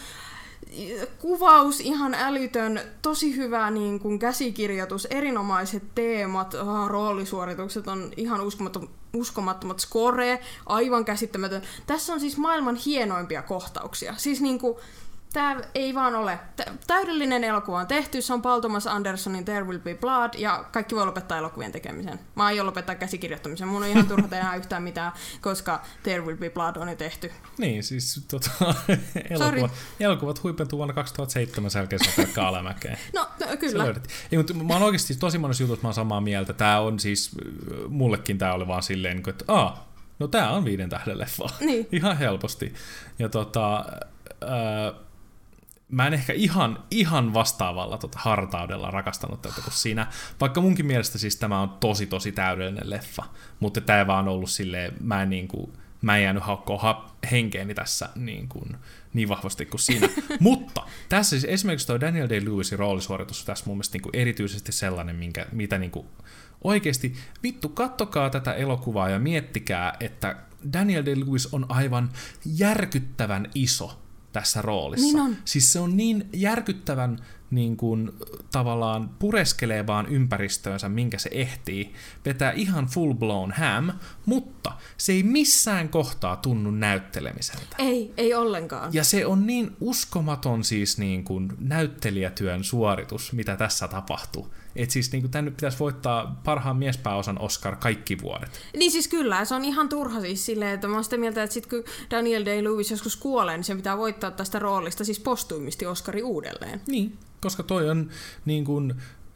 kuvaus ihan älytön, tosi hyvä niin kuin käsikirjoitus, erinomaiset teemat, oh, roolisuoritukset on ihan uskomattomat, uskomattomat score, aivan käsittämätön. Tässä on siis maailman hienoimpia kohtauksia. Siis niin kuin, tää ei vaan ole. Täydellinen elokuva on tehty, se on Paul Thomas Andersonin There Will Be Blood, ja kaikki voi lopettaa elokuvien tekemisen. Mä aion lopettaa käsikirjoittamisen. Mun on ihan turha tehdä yhtään mitään, koska There Will Be Blood on jo tehty. Niin, siis tota, elokuvat, elokuvat huipentuu vuonna kaksituhattaseitsemän selkeä pelkkää alamäkeen. No, no kyllä. Ei, mutta mä oon oikeasti tosi monessa jutussa mä oon samaa mieltä. Tää on siis, mullekin tää oli vaan silleen, että aah, no tää on viiden tähden leffa. Niin. Ihan helposti. Ja tota... Äh, Mä en ehkä ihan, ihan vastaavalla tota, hartaudella rakastanut tätä kuin sinä, vaikka munkin mielestä siis tämä on tosi tosi täydellinen leffa, mutta tämä ei vaan ollut silleen, mä en niinku, mä en jäänyt haukkoa henkeeni tässä niin, kuin, niin vahvasti kuin siinä. Mutta tässä siis esimerkiksi tuo Daniel Day-Lewisin roolisuoritus tässä mun mielestä niin kuin erityisesti sellainen, minkä, mitä niin kuin oikeasti, vittu, kattokaa tätä elokuvaa ja miettikää, että Daniel Day-Lewis on aivan järkyttävän iso tässä roolissa. Niin on. Siis se on niin järkyttävän niin kuin, tavallaan pureskelee vaan ympäristöönsä, minkä se ehtii, vetää ihan full blown ham, mutta se ei missään kohtaa tunnu näyttelemiseltä. Ei, ei ollenkaan. Ja se on niin uskomaton siis niin kuin näyttelijätyön suoritus, mitä tässä tapahtuu. Että siis niin kuin tämän nyt pitäisi voittaa parhaan miespääosan Oscar kaikki vuodet. Niin siis kyllä, se on ihan turha siis silleen, että mä oon sitä mieltä, että sit kun Daniel Day-Lewis joskus kuolee, niin se pitää voittaa tästä roolista siis postuimisti Oscari uudelleen. Niin, koska toi on niin kuin,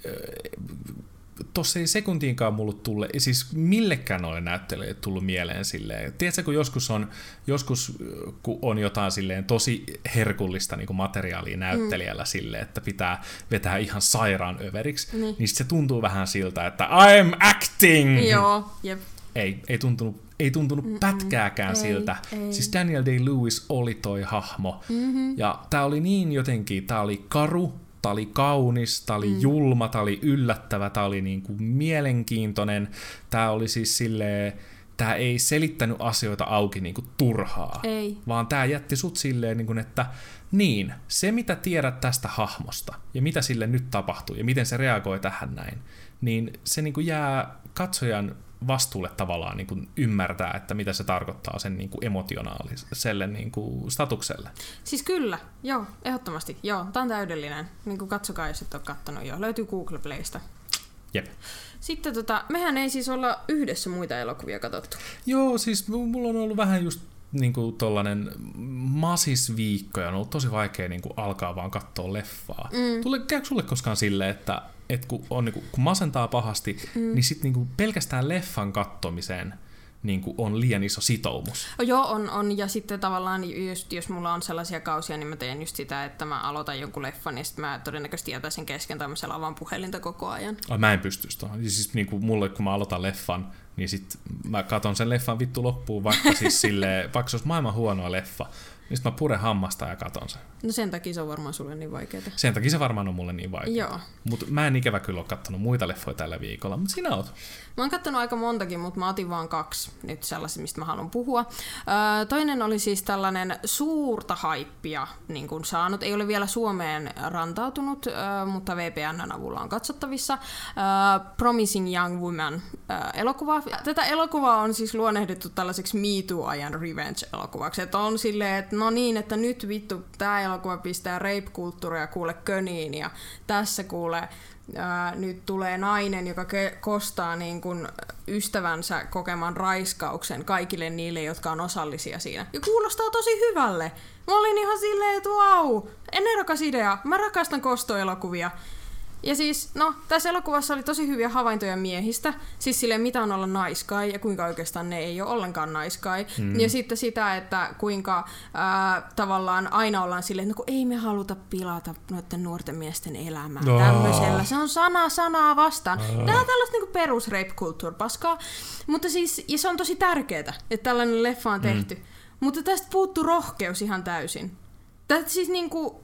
tossa ei sekuntiinkaan mulle tulle, siis millekään ole näyttelijä tullut mieleen silleen. Tiedätkö, kun joskus on, joskus, kun on jotain silleen tosi herkullista niin kuin materiaalia näyttelijällä mm. silleen, että pitää vetää ihan sairaan överiksi, mm. niin se tuntuu vähän siltä, että I'm acting! Joo, jep. Ei, ei tuntunut, ei tuntunut Mm-mm. pätkääkään ei, siltä. Ei. Siis Daniel Day-Lewis oli toi hahmo. Mm-hmm. Ja tää oli niin jotenkin, tää oli karu, tää oli kaunis, tää oli mm. julma, tää oli yllättävä, tää oli niinku mielenkiintoinen. Tää oli siis silleen, tää ei selittänyt asioita auki niinku turhaa. Ei. Vaan tää jätti sut silleen, niinku, että niin, se mitä tiedät tästä hahmosta ja mitä sille nyt tapahtuu ja miten se reagoi tähän näin, niin se niinku jää katsojan vastuulle tavallaan niin kuin ymmärtää, että mitä se tarkoittaa sen niin kuin emotionaaliselle niin kuin statukselle. Siis kyllä, joo, ehdottomasti, joo, tää on täydellinen. Niin kuin katsokaa, jos et ole kattonut jo. Löytyy Google Playsta. Jep. Sitten tota, mehän ei siis olla yhdessä muita elokuvia katsottu. Joo, siis mulla on ollut vähän just niin kuin tollanen masisviikko ja on ollut tosi vaikea niin kuin alkaa vaan katsoa leffaa. Mm. Tule, käykö sulle koskaan silleen, että et kun, on, niin kun, kun masentaa pahasti, mm. niin sitten niin pelkästään leffan kattomiseen niin on liian iso sitoumus. Oh, joo, on, on. Ja sitten tavallaan, just, jos mulla on sellaisia kausia, niin mä teen just sitä, että mä aloitan jonkun leffan, ja sitten mä todennäköisesti jätän sen kesken, tai mä selaan puhelinta koko ajan. Oh, mä en pystyisi tuohon. Siis niin kuin mulle, kun mä aloitan leffan, niin sit mä katon sen leffan vittu loppuun, vaikka siis silleen, vaikka se olisi maailman huonoa leffa, niin sit mä puren hammasta ja katon sen. No sen takia se on varmaan sulle niin vaikeaa. Sen takia se varmaan on mulle niin vaikeaa. Joo. Mut mä en ikävä kyllä ole kattonut muita leffoja tällä viikolla, mutta sinä oot. Mä oon kattonut aika montakin, mutta mä otin vaan kaksi nyt sellaisia, mistä mä haluan puhua. Öö, toinen oli siis tällainen suurta haippia niin kun saanut. Ei ole vielä Suomeen rantautunut, öö, mutta V P N:n avulla on katsottavissa. Öö, Promising Young Woman öö, elokuva. Tätä elokuvaa on siis luonnehdittu tällaiseksi Me Too-ajan revenge-elokuvaksi. Että on silleen, että no niin, että nyt vittu tää elokuva pistää rape-kulttuuria kuule köniin ja tässä kuule ää, nyt tulee nainen, joka ke- kostaa niin kun ystävänsä kokeman raiskauksen kaikille niille, jotka on osallisia siinä. Ja kuulostaa tosi hyvälle. Mä olin ihan silleen, että vau, nerokas idea. Mä rakastan kostoelokuvia. Ja siis, no, tässä elokuvassa oli tosi hyviä havaintoja miehistä, siis silleen, mitä on olla naiskai ja kuinka oikeastaan ne ei ole ollenkaan naiskai. Mm. Ja sitten sitä, että kuinka ää, tavallaan aina ollaan silleen, että no, kun ei me haluta pilata noiden nuorten miesten elämää oh. tämmöisellä. Se on sana sanaa vastaan. Oh. Tämä on tällaista niin perus rape-kulttuur-paskaa, mutta siis, ja se on tosi tärkeää, että tällainen leffa on tehty. Mm. Mutta tästä puuttuu rohkeus ihan täysin. Tämä siis niinku,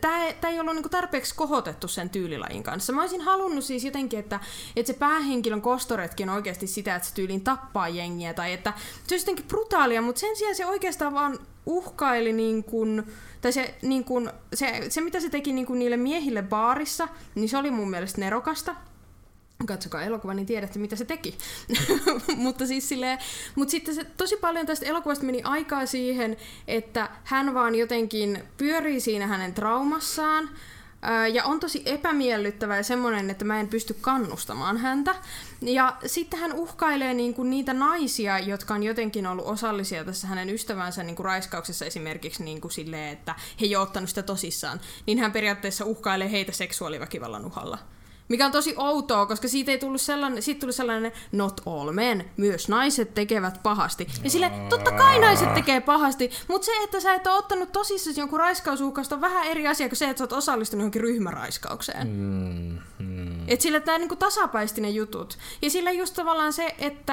ei ollut niinku tarpeeksi kohotettu sen tyylilajin kanssa. Mä olisin halunnut siis jotenkin, että, että se päähenkilön kostoretki on oikeasti sitä, että se tyyliin tappaa jengiä tai että se olisi jotenkin brutaalia, mutta sen sijaan se oikeastaan vaan uhkaili niin kuin, tai se, niin kuin, se, se mitä se teki niin kuin niille miehille baarissa, niin se oli mun mielestä nerokasta. Katsokaa elokuva, niin tiedätte, mitä se teki. mutta, siis silleen, mutta sitten se, tosi paljon tästä elokuvasta meni aikaa siihen, että hän vaan jotenkin pyörii siinä hänen traumassaan, ää, ja on tosi epämiellyttävä ja semmoinen, että mä en pysty kannustamaan häntä. Ja sitten hän uhkailee niinku niitä naisia, jotka on jotenkin ollut osallisia tässä hänen ystävänsä niinku raiskauksessa esimerkiksi niinku silleen, että he ei ole ottanut sitä tosissaan. Niin hän periaatteessa uhkailee heitä seksuaaliväkivallan uhalla. Mikä on tosi outoa, koska siitä ei tullut sellainen, siitä tuli sellainen not all men, myös naiset tekevät pahasti. Ja sille, totta kai naiset tekee pahasti, mutta se, että sä et ole ottanut tosissaan jonkun raiskausuhkasta on vähän eri asia kuin se, että sä oot osallistunut johonkin ryhmäraiskaukseen. Mm, mm. Että sille tää niinku tasapaisti ne jutut. Ja sille just tavallaan se, että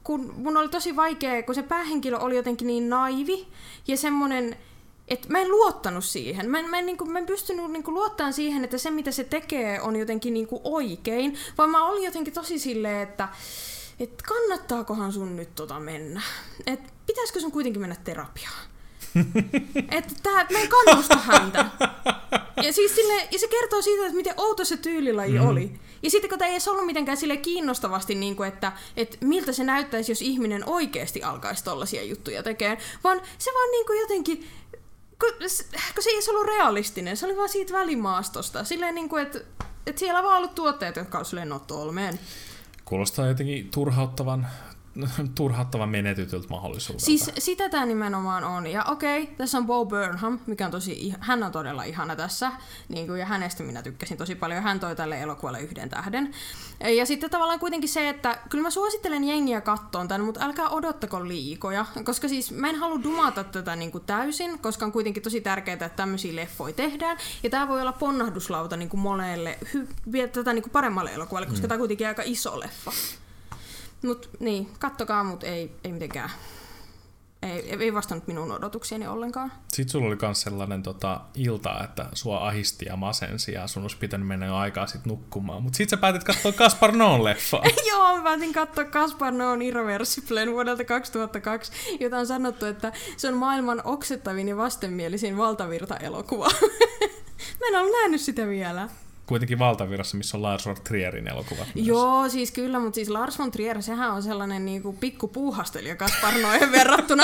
kun mun oli tosi vaikea, kun se päähenkilö oli jotenkin niin naivi ja semmonen, että mä en luottanut siihen. Mä en, mä en, niin kuin, mä en pystynyt niin kuin, luottamaan siihen, että se mitä se tekee on jotenkin niin kuin, oikein, vaan mä olin jotenkin tosi silleen, että et kannattaakohan sun nyt tota mennä? Et pitäisikö sun kuitenkin mennä terapiaan? Että tää, mä en kannusta häntä. Ja, siis sille, ja se kertoo siitä, että miten outo se tyylilaji mm. oli. Ja sitten kun tämä ei edes ollut mitenkään sille kiinnostavasti, niin kuin, että, että miltä se näyttäisi, jos ihminen oikeasti alkaisi tollaisia juttuja tekemään, vaan se vaan niin kuin jotenkin, kun, kun se ei edes ollut realistinen, se oli vaan siitä välimaastosta. Silleen niin kuin, että, että siellä on vaan ollut tuotteet, jotka on silleen not all men. Kuulostaa jotenkin turhauttavan, turhauttavan menetytyltä mahdollisuudelta. Siis sitä tämä nimenomaan on. Ja okei, okay, tässä on Bo Burnham, mikä on tosi, hän on todella ihana tässä. Niin kuin, ja hänestä minä tykkäsin tosi paljon. Hän toi tälle elokuvalle yhden tähden. Ja sitten tavallaan kuitenkin se, että kyllä mä suosittelen jengiä kattoon tämän, mutta älkää odottako liikoja. Koska siis mä en halua dumata tätä niin kuin täysin, koska on kuitenkin tosi tärkeää, että tämmöisiä leffoja tehdään. Ja tämä voi olla ponnahduslauta niin kuin monelle, hy- tätä niin kuin paremmalle elokuvalle, koska mm. tämä on kuitenkin aika iso leffa. Mut niin, kattokaa, mut ei, ei mitenkään. Ei, ei vastannut minun odotuksieni ollenkaan. Sitten sulla oli myös sellainen tota, ilta, että sua ahisti ja masensi ja sun olisi pitänyt mennä jo aikaa sit nukkumaan. Mut sit sä päätit katsoa Gaspar Noén leffaa. Joo, mä päätin katsoa Gaspar Noén Irreversiblen vuodelta kaksituhattakaksi, jota on sanottu, että se on maailman oksettavin ja vastenmielisin valtavirta-elokuva. Mä en ole nähnyt sitä vielä. Kuitenkin valtavirrassa, missä on Lars von Trierin elokuvat myös. Joo, siis kyllä, mutta siis Lars von Trier, sehän on sellainen niinku pikku puuhastelija Gaspar Noén verrattuna.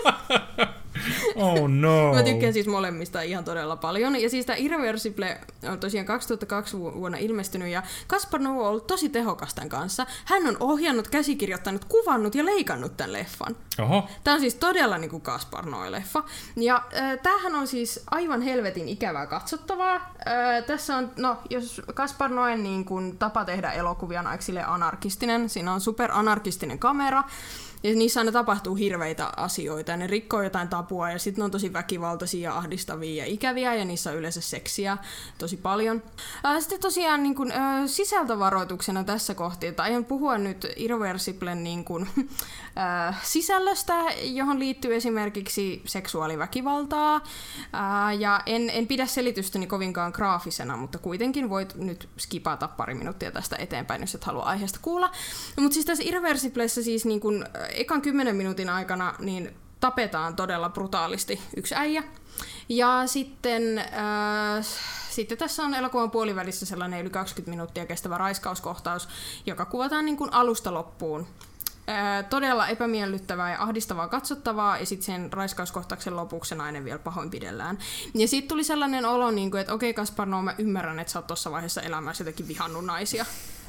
Oh no. Mä tykkään siis molemmista ihan todella paljon. Ja siis tämä Irreversible on tosiaan kaksituhattakaksi vuonna ilmestynyt ja Gaspar Noé on ollut tosi tehokas tämän kanssa. Hän on ohjannut, käsikirjoittanut, kuvannut ja leikannut tämän leffan. Oho. Tämä on siis todella niin kuin Gaspar Noé-leffa. Ja äh, tämähän on siis aivan helvetin ikävää katsottavaa. Äh, tässä on, no jos Gaspar Noén niin kuin tapa tehdä elokuvia on aika silleen anarkistinen, siinä on superanarkistinen kamera. Ja niissä aina tapahtuu hirveitä asioita ja ne rikkoo jotain tapua ja sitten ne on tosi väkivaltaisia, ahdistavia ja ikäviä ja niissä on yleensä seksiä tosi paljon. Sitten tosiaan niin kun, sisältövaroituksena tässä kohti, että aion puhua nyt Irreversiblen niin kun, äh, sisällöstä, johon liittyy esimerkiksi seksuaaliväkivaltaa ja en, en pidä selitystäni kovinkaan graafisena, mutta kuitenkin voit nyt skipata pari minuuttia tästä eteenpäin, jos et halua aiheesta kuulla. Mutta siis tässä Irreversiblessä siis niin kun, ekan kymmenen minuutin aikana niin tapetaan todella brutaalisti yksi äijä. Ja sitten, äh, sitten tässä on elokuvan puolivälissä sellainen yli kaksikymmentä minuuttia kestävä raiskauskohtaus, joka kuvataan niin kuin alusta loppuun. Äh, todella epämiellyttävää ja ahdistavaa katsottavaa, ja sitten sen raiskauskohtauksen lopuksi se nainen vielä pahoinpidellään. Ja sitten tuli sellainen olo, niin kuin, että okei okay, Gaspar Noé, mä ymmärrän, että sä oot tuossa vaiheessa elämässä jotenkin vihannut naisia.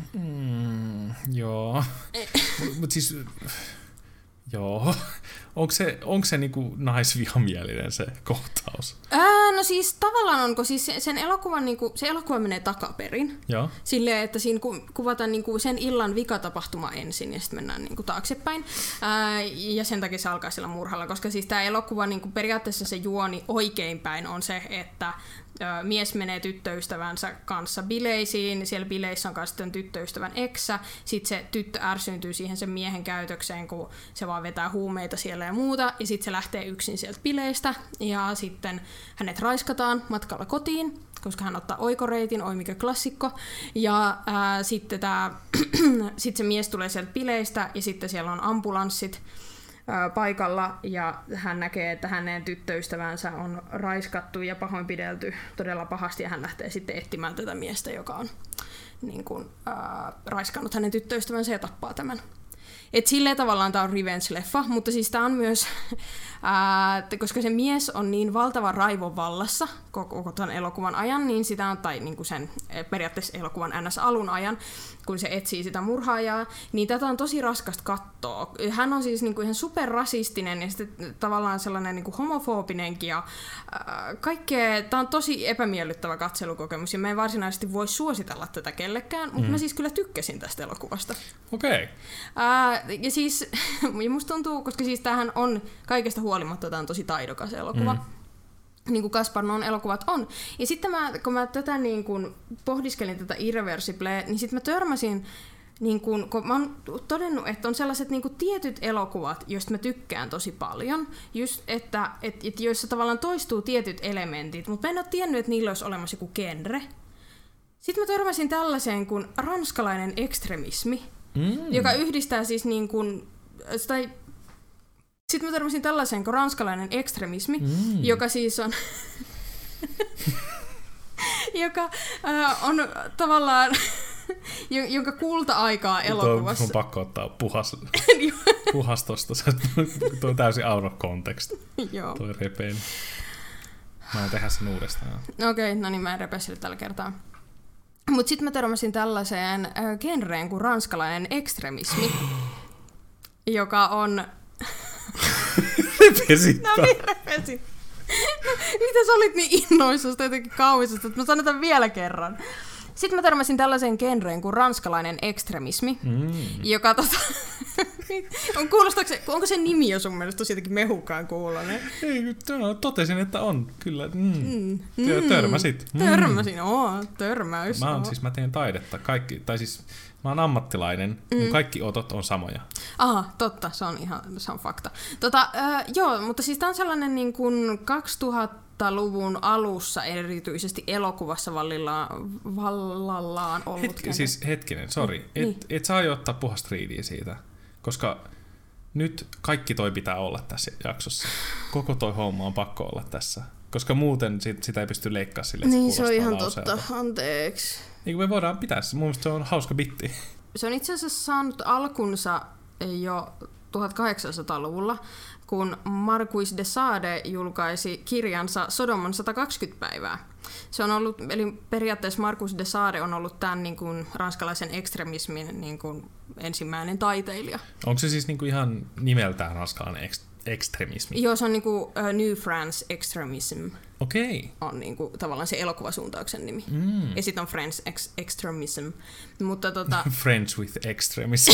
Mm, joo. Mutta siis... Joo. Onko se, onko se niinku naisvihamielinen se kohtaus? Ää, no siis tavallaan onko siis sen elokuvan, niinku, se elokuva menee takaperin. Joo. Silleen, että siinä ku, kuvataan niinku sen illan vikatapahtuma ensin ja sitten mennään niinku taaksepäin. Ää, ja sen takia se alkaa sillä murhalla, koska siis tämä elokuva niinku, periaatteessa se juoni oikeinpäin on se, että mies menee tyttöystävänsä kanssa bileisiin, siellä bileissä on kanssa tyttöystävän eksä, sitten se tyttö ärsyyntyy siihen sen miehen käytökseen, kun se vaan vetää huumeita siellä ja muuta, ja sitten se lähtee yksin sieltä bileistä, ja sitten hänet raiskataan matkalla kotiin, koska hän ottaa oikoreitin, oi mikä klassikko, ja ää, sitten tää, sit se mies tulee sieltä bileistä, ja sitten siellä on ambulanssit paikalla ja hän näkee, että hänen tyttöystävänsä on raiskattu ja pahoinpidelty todella pahasti ja hän lähtee sitten etsimään tätä miestä, joka on niin kuin, ää, raiskannut hänen tyttöystävänsä ja tappaa tämän. Et silleen tavallaan tämä on revenge-leffa, mutta siis tämä on myös, ää, koska se mies on niin valtavan raivon vallassa koko, koko tämän elokuvan ajan, niin sitä on, tai niin kuin sen periaatteessa elokuvan N S-alun ajan, kun se etsii sitä murhaajaa, niin tätä on tosi raskasta katsoa. Hän on siis niin kuin ihan superrasistinen ja sitten tavallaan sellainen niin kuin homofobinenkin ja ää, kaikkea. Tämä on tosi epämiellyttävä katselukokemus ja mä en varsinaisesti voi suositella tätä kellekään, mutta mm. mä siis kyllä tykkäsin tästä elokuvasta. Okei. Okay. Ja siis, ja musta tuntuu, koska siis tämähän on kaikesta huolimatta, tämä on tosi taidokas elokuva. Mm. Niin kuin Gaspar Noén elokuvat on. Ja sitten mä, kun mä tätä niin kuin pohdiskelin tätä Irreversiblea, niin sitten mä törmäsin niin kun, kun mä oon todennut, että on sellaiset niin kun tietyt elokuvat, joista mä tykkään tosi paljon, just että et, et joissa tavallaan toistuu tietyt elementit, mutta mä en ole tiennyt, että niillä olisi olemassa joku genre. Sitten mä törmäsin tällaiseen kuin ranskalainen ekstremismi, mm. joka yhdistää siis niin kuin, tai sitten mä törmäsin tällaiseen kuin ranskalainen ekstremismi, mm. joka siis on, joka äh, on tavallaan, jonka kulta-aikaa elokuvassa. Tuo on pakko ottaa puhas, puhas tosta, tuo on täysin out of context. Joo. Tuo repein. Mä en tehdä sen uudestaan. Okei, okay, no niin mä en repeä sille tällä kertaa. Mut sit mä törmäsin tällaiseen äh, genreen kuin ranskalainen ekstremismi, joka on... Repesit. No niin, repesit. No, mitä sä olit niin innoissasta jotenkin kauhisesta, että mä sanotaan vielä kerran. Sitten mä törmäsin tällaiseen genreen kuin ranskalainen ekstremismi, mm. joka tota... on, onko se nimi jo sun mielestä tosi jotenkin mehukaan kuulonen? Ei, no, totesin, että on, kyllä. Mm. Mm. Törmäsit. Mm. Törmäsin, oo, törmäys. Mä, on, oo. siis, mä teen taidetta, kaikki, tai siis mä oon ammattilainen, mm. mun kaikki otot on samoja. Aha, totta, se on ihan, se on fakta. Tota, äh, joo, mutta siis tää on sellainen niin kuin kaksituhattaluvun alussa erityisesti elokuvassa vallallaan, vallallaan ollut. Hetki, siis hetkinen, sori, mm, et, niin. et saa jo ottaa puhasta riidiä siitä, koska nyt kaikki toi pitää olla tässä jaksossa. Koko toi homma on pakko olla tässä, koska muuten sit, sitä ei pysty leikkaamaan sille, että niin, se on ihan lauseelta. totta, anteeksi. Niin me voidaan pitää se, mun mielestä se on hauska bitti. Se on itse asiassa saanut alkunsa jo tuhatkahdeksansataaluvulla, kun Marquis de Sade julkaisi kirjansa Sodoman sata kaksikymmentä päivää. Se on ollut, eli periaatteessa Marquis de Sade on ollut tämän niin kuin, ranskalaisen ekstremismin niin kuin, ensimmäinen taiteilija. Onko se siis niin kuin ihan nimeltään ranskalainen ek- ekstremismi? Joo, se on niin kuin, uh, New France Extremism. Okei. Okay. On niin kuin, tavallaan se elokuvasuuntauksen nimi. Mm. Ja sitten on French ex- Extremism. Mutta, tota... French with extremism.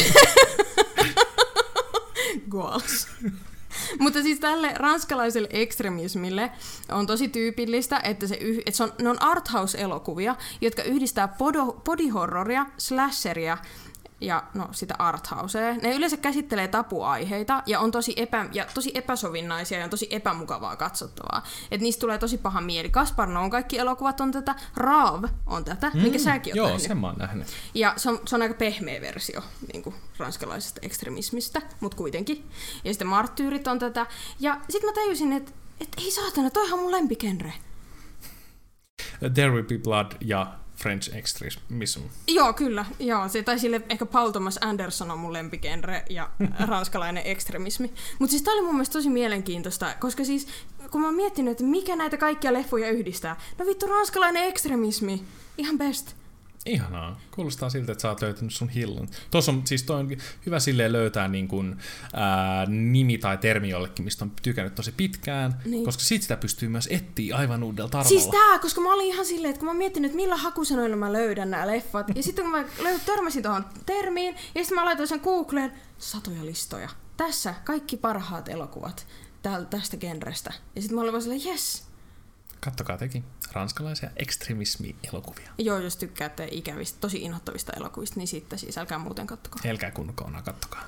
Goals. Mutta siis tälle ranskalaiselle ekstremismille on tosi tyypillistä, että, se yh- että se on, ne on arthouse-elokuvia, jotka yhdistää podo- bodyhorroria, slasheria ja no, sitä arthousea. Ne yleensä käsittelee tapuaiheita ja on tosi, epä- ja tosi epäsovinnaisia ja on tosi epämukavaa katsottavaa. Et niistä tulee tosi paha mieli. Gaspar Noon kaikki elokuvat on tätä. Raav on tätä, mm, minkä säkin oot joo, nähnyt. sen mä oon nähnyt. Ja se on, se on aika pehmeä versio niin kuin ranskalaisesta ekstremismistä, mutta kuitenkin. Ja sitten Marttyyrit on tätä. Ja sitten mä tajusin, että et, ei saatana, toihan on mun lempigenre. There Will Be Blood ja French extremism. Joo, kyllä. Joo, se, tai sille ehkä Paul Thomas Anderson on mun lempigenre ja ranskalainen ekstremismi. Mutta siis tää oli mun mielestä tosi mielenkiintoista, koska siis kun mä oon miettinyt, että mikä näitä kaikkia leffoja yhdistää, no vittu ranskalainen ekstremismi, ihan best. Ihanaa. Kuulostaa siltä, että sä oot löytänyt sun hillon. Tuossa on siis toi on hyvä silleen löytää niin kuin, ää, nimi tai termi jollekin, mistä on tykännyt tosi pitkään, niin. Koska sit sitä pystyy myös etsiä aivan uudella tarvalla. Siis tää, koska mä olin ihan silleen, että kun mä oon miettinyt, että millä hakusanoilla mä löydän nämä leffat, ja sitten kun mä löydän, törmäsin tuohon termiin, ja sitten mä laitoin sen Googleen satoja listoja. Tässä kaikki parhaat elokuvat tästä genrestä. Ja sitten mä olin vaan silleen, jes. Kattokaa tekin ranskalaisia ekstremismi-elokuvia. Joo, jos tykkäätte ikävistä, tosi inhottavista elokuvista, niin sitten siis älkää muuten kattokaa. Älkää kun koona, kattokaa.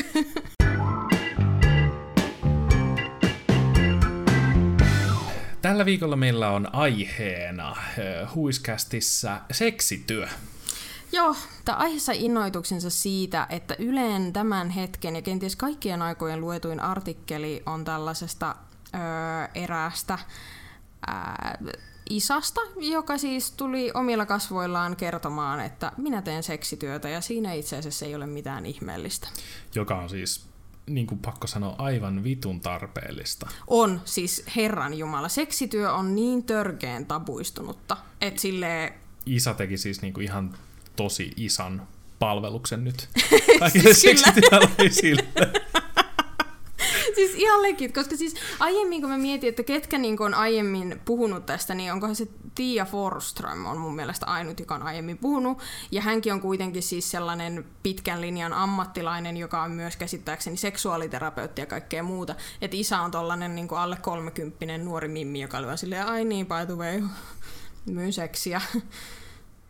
Tällä viikolla meillä on aiheena Huiscastissa seksityö. Joo, tämä aihe sai innoituksensa siitä, että Ylen tämän hetken ja kenties kaikkien aikojen luetuin artikkeli on tällaisesta öö, eräästä Ää, isasta, joka siis tuli omilla kasvoillaan kertomaan, että minä teen seksityötä ja siinä itse asiassa ei ole mitään ihmeellistä. Joka on siis, niin kuin pakko sanoa, aivan vitun tarpeellista. On, siis Herran Jumala. Seksityö on niin törkeen tabuistunutta, että silleen... Isa teki siis niin kuin ihan tosi isan palveluksen nyt kaikille seksityöläisille. Siis ihan legit, koska siis aiemmin kun mä mietin, että ketkä niin on aiemmin puhunut tästä, niin onkohan se Tia Forsström on mun mielestä ainut, joka on aiemmin puhunut. Ja hänkin on kuitenkin siis sellainen pitkän linjan ammattilainen, joka on myös käsittääkseni seksuaaliterapeutti ja kaikkea muuta. Että Isa on tollanen niin alle kolmekymppinen nuori mimmi, joka oli silleen, ai niin, by the way, myyn seksiä.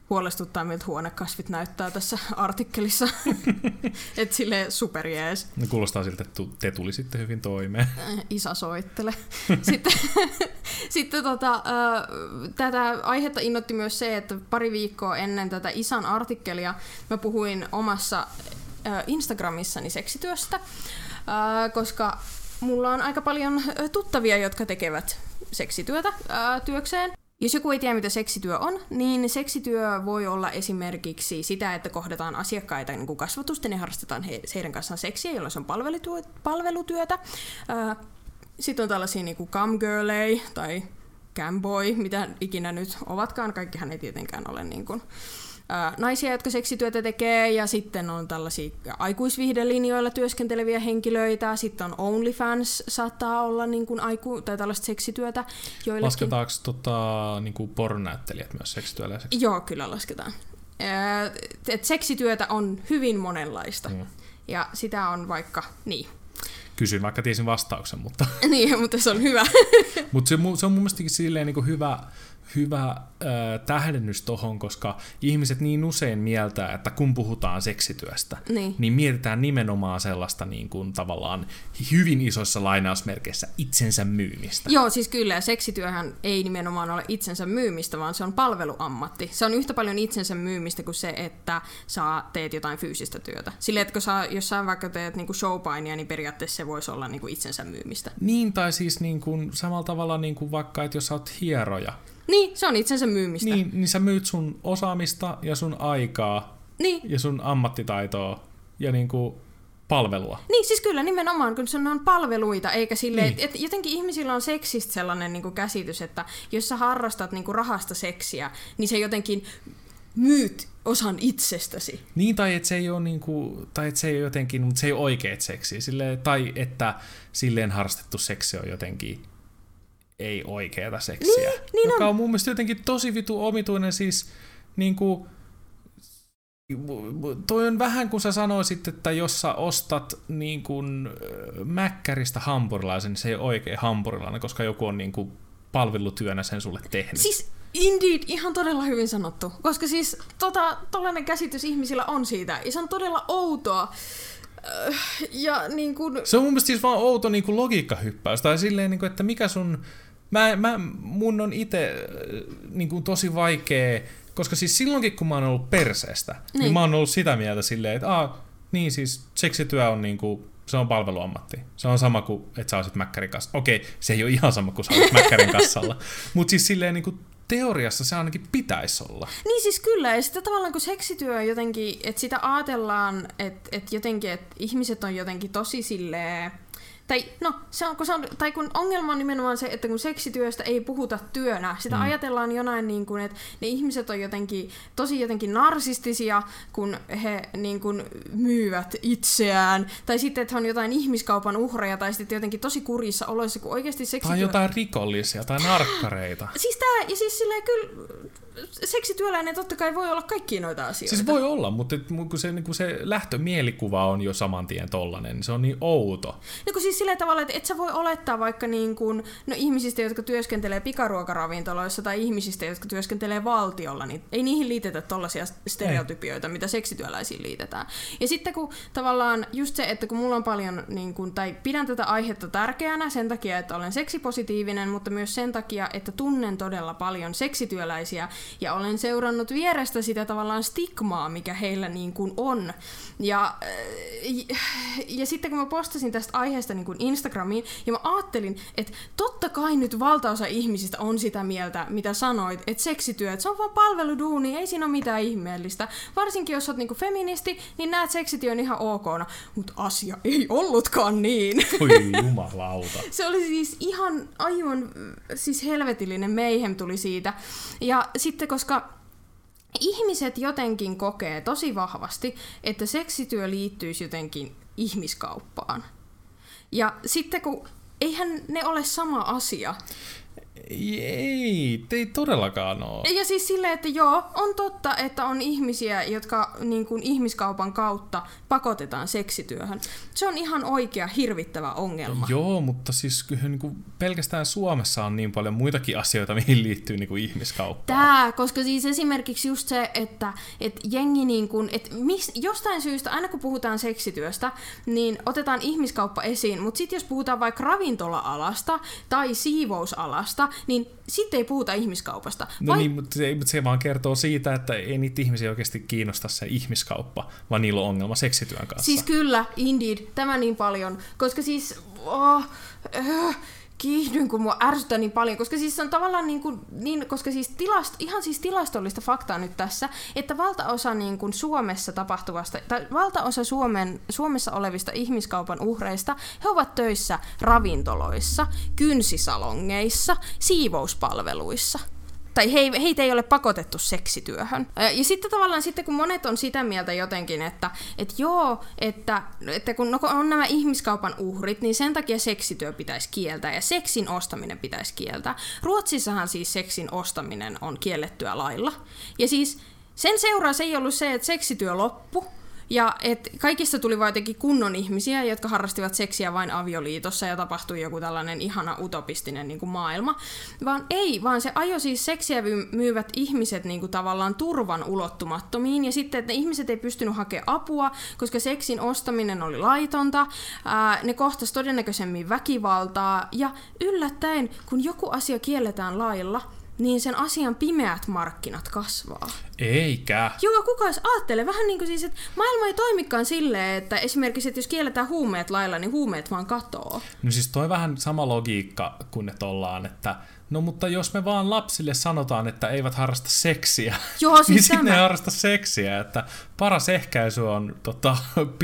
huolestuttaa, miltä huonekasvit näyttää tässä artikkelissa. Että silleen superjees. No, kuulostaa siltä, että te tulisitte hyvin toimeen. Isä soittele. Sitten, sitten tota, äh, tätä aihetta innoitti myös se, että pari viikkoa ennen tätä isän artikkelia mä puhuin omassa äh, Instagramissani seksityöstä, äh, koska mulla on aika paljon tuttavia, jotka tekevät seksityötä äh, työkseen. Jos joku ei tiedä, mitä seksityö on, niin seksityö voi olla esimerkiksi sitä, että kohdataan asiakkaita niin kuin kasvatusten ja harrastetaan he, heidän kanssaan seksiä, jolloin se on palvelutyötä. Sitten on tällaisia niin kuin camgirlei tai camboy, mitä ikinä nyt ovatkaan. Kaikkihan ei tietenkään ole niin kuin naisia, jotka seksityötä tekee, ja sitten on tällaisia aikuisviihdelinjoilla työskenteleviä henkilöitä, sitten on OnlyFans, saattaa olla niin kuin aiku- tai tällaista seksityötä joillekin. Lasketaanko tota, niin kuin pornonäyttelijät myös seksityöläiseksi? Joo, kyllä lasketaan. Et seksityötä on hyvin monenlaista, mm. ja sitä on vaikka, niin. Kysyin, vaikka tiesin vastauksen, mutta... niin, mutta se on hyvä. Mutta se, se on mun mielestäkin silleen niin kuin hyvä... hyvä äh, tähdennys tohon, koska ihmiset niin usein mieltää, että kun puhutaan seksityöstä, niin, niin mietitään nimenomaan sellaista niin kuin tavallaan hyvin isoissa lainausmerkeissä itsensä myymistä. Joo, siis kyllä. Seksityöhän ei nimenomaan ole itsensä myymistä, vaan se on palveluammatti. Se on yhtä paljon itsensä myymistä kuin se, että sä teet jotain fyysistä työtä. Silleen, että kun sä, jos sä vaikka teet niin kuin showpainia, niin periaatteessa se voisi olla niin kuin itsensä myymistä. Niin, tai siis niin kuin, samalla tavalla niin kuin vaikka, että jos sä oot hieroja, niin, se on itsensä myymistä. Niin, niin sä myyt sun osaamista ja sun aikaa niin. ja sun ammattitaitoa ja niinku palvelua. Niin, siis kyllä nimenomaan, kun se on palveluita, eikä silleen, niin. että et jotenkin ihmisillä on seksistä sellainen niinku käsitys, että jos sä harrastat niinku rahasta seksiä, niin se jotenkin myyt osan itsestäsi. Niin, tai että se ei ole niinku, tai että se ei ole jotenkin, mutta se ei ole oikeet seksiä, silleen, tai että silleen harrastettu seksi on jotenkin ei oikeeta seksiä. Niin, niin joka on. on mun mielestä jotenkin tosi vitu omituinen, siis niinku, toi on vähän kuin sä sanoisit, että jos sä ostat niin kuin mäkkäristä hampurilaisen, niin se ei ole oikea hampurilainen, koska joku on niin kuin palvelutyönä sen sulle tehnyt. Siis indeed, ihan todella hyvin sanottu, koska siis tota, tollainen käsitys ihmisillä on siitä, ja se on todella outoa. Ja niin kun... Se on mun mielestä siis vaan outo niin kuin logiikkahyppäys, tai silleen, niin kuin, että mikä sun... Mä, mä, mun on itse niin kuin tosi vaikea, koska siis silloinkin kun mä oon ollut perseestä, niin, niin mä oon ollut sitä mieltä silleen, että aah, niin siis seksityö on niin kuin, se on palveluammatti. Se on sama kuin, että sä olisit mäkkärin kassalla. Okei, se ei ole ihan sama kuin sä olisit mäkkärin kassalla, mutta siis silleen niin kuin teoriassa se ainakin pitäisi olla. Niin siis kyllä, ja sitten tavallaan kun seksityö on jotenkin, että sitä ajatellaan, että, että jotenkin, että ihmiset on jotenkin tosi silleen, tai, no, se on, kun se on, tai kun ongelma on nimenomaan se, että kun seksityöstä ei puhuta työnä, sitä mm. ajatellaan jonain niin kuin, että ne ihmiset on jotenkin tosi jotenkin narsistisia, kun he niin kuin myyvät itseään, tai sitten, että he on jotain ihmiskaupan uhreja, tai sitten jotenkin tosi kurissa oloissa, kun oikeasti seksityö... Tai jotain rikollisia, tai narkkareita. Siis tää, ja siis silleen kyllä, seksityöläinen totta kai voi olla kaikkia noita asioita. Siis voi olla, mutta kun se, niin kun se lähtömielikuva on jo saman tien tollanen, niin se on niin outo. No kun siis sillä tavalla, että et sä voi olettaa vaikka niin kuin, no ihmisistä, jotka työskentelee pikaruokaravintoloissa tai ihmisistä, jotka työskentelee valtiolla, niin ei niihin liitetä tollaisia stereotypioita, ei. Mitä seksityöläisiin liitetään. Ja sitten kun tavallaan just se, että kun mulla on paljon, niin kuin, tai pidän tätä aihetta tärkeänä sen takia, että olen seksipositiivinen, mutta myös sen takia, että tunnen todella paljon seksityöläisiä ja olen seurannut vierestä sitä tavallaan stigmaa, mikä heillä niin kuin on. Ja, ja sitten kun mä postasin tästä aiheesta niin kuin Instagramiin, ja mä ajattelin, että totta kai nyt valtaosa ihmisistä on sitä mieltä, mitä sanoit, että seksityö, että se on vaan palveluduuni, ei siinä ole mitään ihmeellistä. Varsinkin jos oot niin kuin feministi, niin näet seksityön ihan okona, mutta asia ei ollutkaan niin. Oi jumalauta. Se oli siis ihan aivan siis helvetillinen mayhem tuli siitä. Ja sitten koska ihmiset jotenkin kokee tosi vahvasti, että seksityö liittyisi jotenkin ihmiskauppaan. Ja sitten kun eihän ne ole sama asia. Ei, ei todellakaan ole. Ja siis silleen, että joo, on totta, että on ihmisiä, jotka niin kuin ihmiskaupan kautta pakotetaan seksityöhön. Se on ihan oikea, hirvittävä ongelma. Joo, mutta siis kyllä niin kuin pelkästään Suomessa on niin paljon muitakin asioita, mihin liittyy niin kuin ihmiskauppaan. Tää, koska siis esimerkiksi just se, että, että jengi niin kuin, että mis, jostain syystä, aina kun puhutaan seksityöstä, niin otetaan ihmiskauppa esiin, mutta sitten jos puhutaan vaikka ravintola-alasta tai siivousalasta, niin sitten ei puhuta ihmiskaupasta. No Vai... niin, mutta se, mutta se vaan kertoo siitä, että ei niitä ihmisiä oikeasti kiinnosta se ihmiskauppa, vaan niillä on ongelma seksityön kanssa. Siis kyllä, indeed, tämä niin paljon, koska siis... Oh, äh, kiihdyn, kun mua ärsyttää niin paljon, koska siis on tavallaan niin kuin, niin, koska siis tilast, ihan siis tilastollista faktaa nyt tässä, että valtaosa niin kuin Suomessa tapahtuvasta, tai valtaosa Suomen, Suomessa olevista ihmiskaupan uhreista, he ovat töissä ravintoloissa, kynsisalongeissa, siivouspalveluissa. Tai he, heitä ei ole pakotettu seksityöhön. Ja sitten tavallaan sitten, kun monet on sitä mieltä jotenkin, että, että joo, että, että kun on nämä ihmiskaupan uhrit, niin sen takia seksityö pitäisi kieltää ja seksin ostaminen pitäisi kieltää. Ruotsissahan siis seksin ostaminen on kiellettyä lailla. Ja siis sen seuraus ei ollut se, että seksityö loppui, ja et kaikista tuli vaan jotenkin kunnon ihmisiä, jotka harrastivat seksiä vain avioliitossa ja tapahtui joku tällainen ihana utopistinen niin kuin maailma. Vaan ei, vaan se ajoi siis seksiä myyvät ihmiset niin kuin tavallaan turvan ulottumattomiin. Ja sitten, että ne ihmiset ei pystynyt hakemaan apua, koska seksin ostaminen oli laitonta. Ää, ne kohtasi todennäköisemmin väkivaltaa. Ja yllättäen, kun joku asia kielletään lailla, niin sen asian pimeät markkinat kasvaa. Eikä. Joka kukaan ajattelee vähän niin kuin siis, että maailma ei toimikaan silleen, että esimerkiksi, että jos kielletään huumeet lailla, niin huumeet vaan katoo. No siis toi vähän sama logiikka kuin että ollaan, että no mutta jos me vaan lapsille sanotaan, että eivät harrasta seksiä, Joo, siis niin sitten tämä. ei harrasta seksiä, että paras ehkäisy on tota,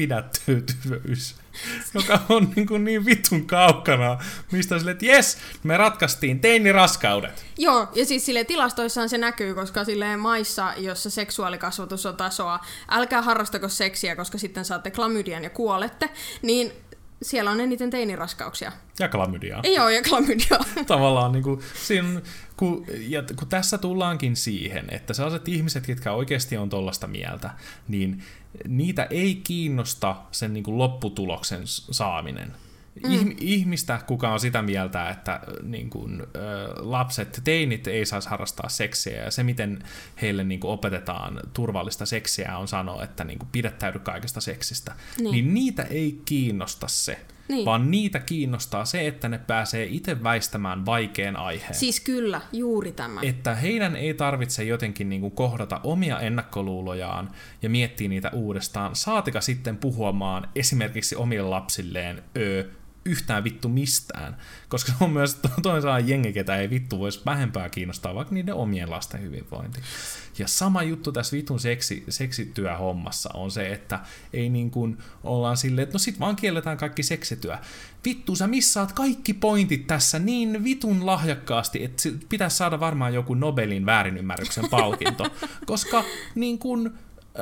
pidättyvyys, joka on niin, kuin niin vitun kaukana, mistä silleen, että jes, me ratkaistiin teiniraskaudet. Joo, ja siis silleen tilastoissaan se näkyy, koska silleen maissa, jossa seksuaalikasvatus on tasoa, älkää harrastako seksiä, koska sitten saatte klamydian ja kuolette, niin siellä on eniten teiniraskauksia. Ja klamydiaa. Ei ole, ja klamydiaa. Tavallaan niin kuin, siinä, kun, ja, kun tässä tullaankin siihen, että sellaiset ihmiset, jotka oikeasti on tollaista mieltä, niin niitä ei kiinnosta sen niin kuin lopputuloksen saaminen. Mm. Ihmistä, kuka on sitä mieltä, että niin kuin, ä, lapset, teinit ei saisi harrastaa seksiä, ja se, miten heille niin kuin, opetetaan turvallista seksiä, on sanoa, että niin kuin, pidättäydy kaikesta seksistä, niin. niin niitä ei kiinnosta se, niin. vaan niitä kiinnostaa se, että ne pääsee itse väistämään vaikean aiheen. Siis kyllä, juuri tämä. Että heidän ei tarvitse jotenkin niin kuin, kohdata omia ennakkoluulojaan ja miettiä niitä uudestaan, saatika sitten puhumaan esimerkiksi omille lapsilleen öö, yhtään vittu mistään, koska se on myös toinen sellainen jengi, ketä ei vittu voisi vähempää kiinnostaa vaikka niiden omien lasten hyvinvointi. Ja sama juttu tässä vitun seksi, seksityöhommassa on se, että ei niin kuin ollaan silleen, että no sit vaan kielletään kaikki seksityö. Vittu, sä missaat kaikki pointit tässä niin vitun lahjakkaasti, että pitäisi saada varmaan joku Nobelin väärinymmärryksen palkinto, koska niin kuin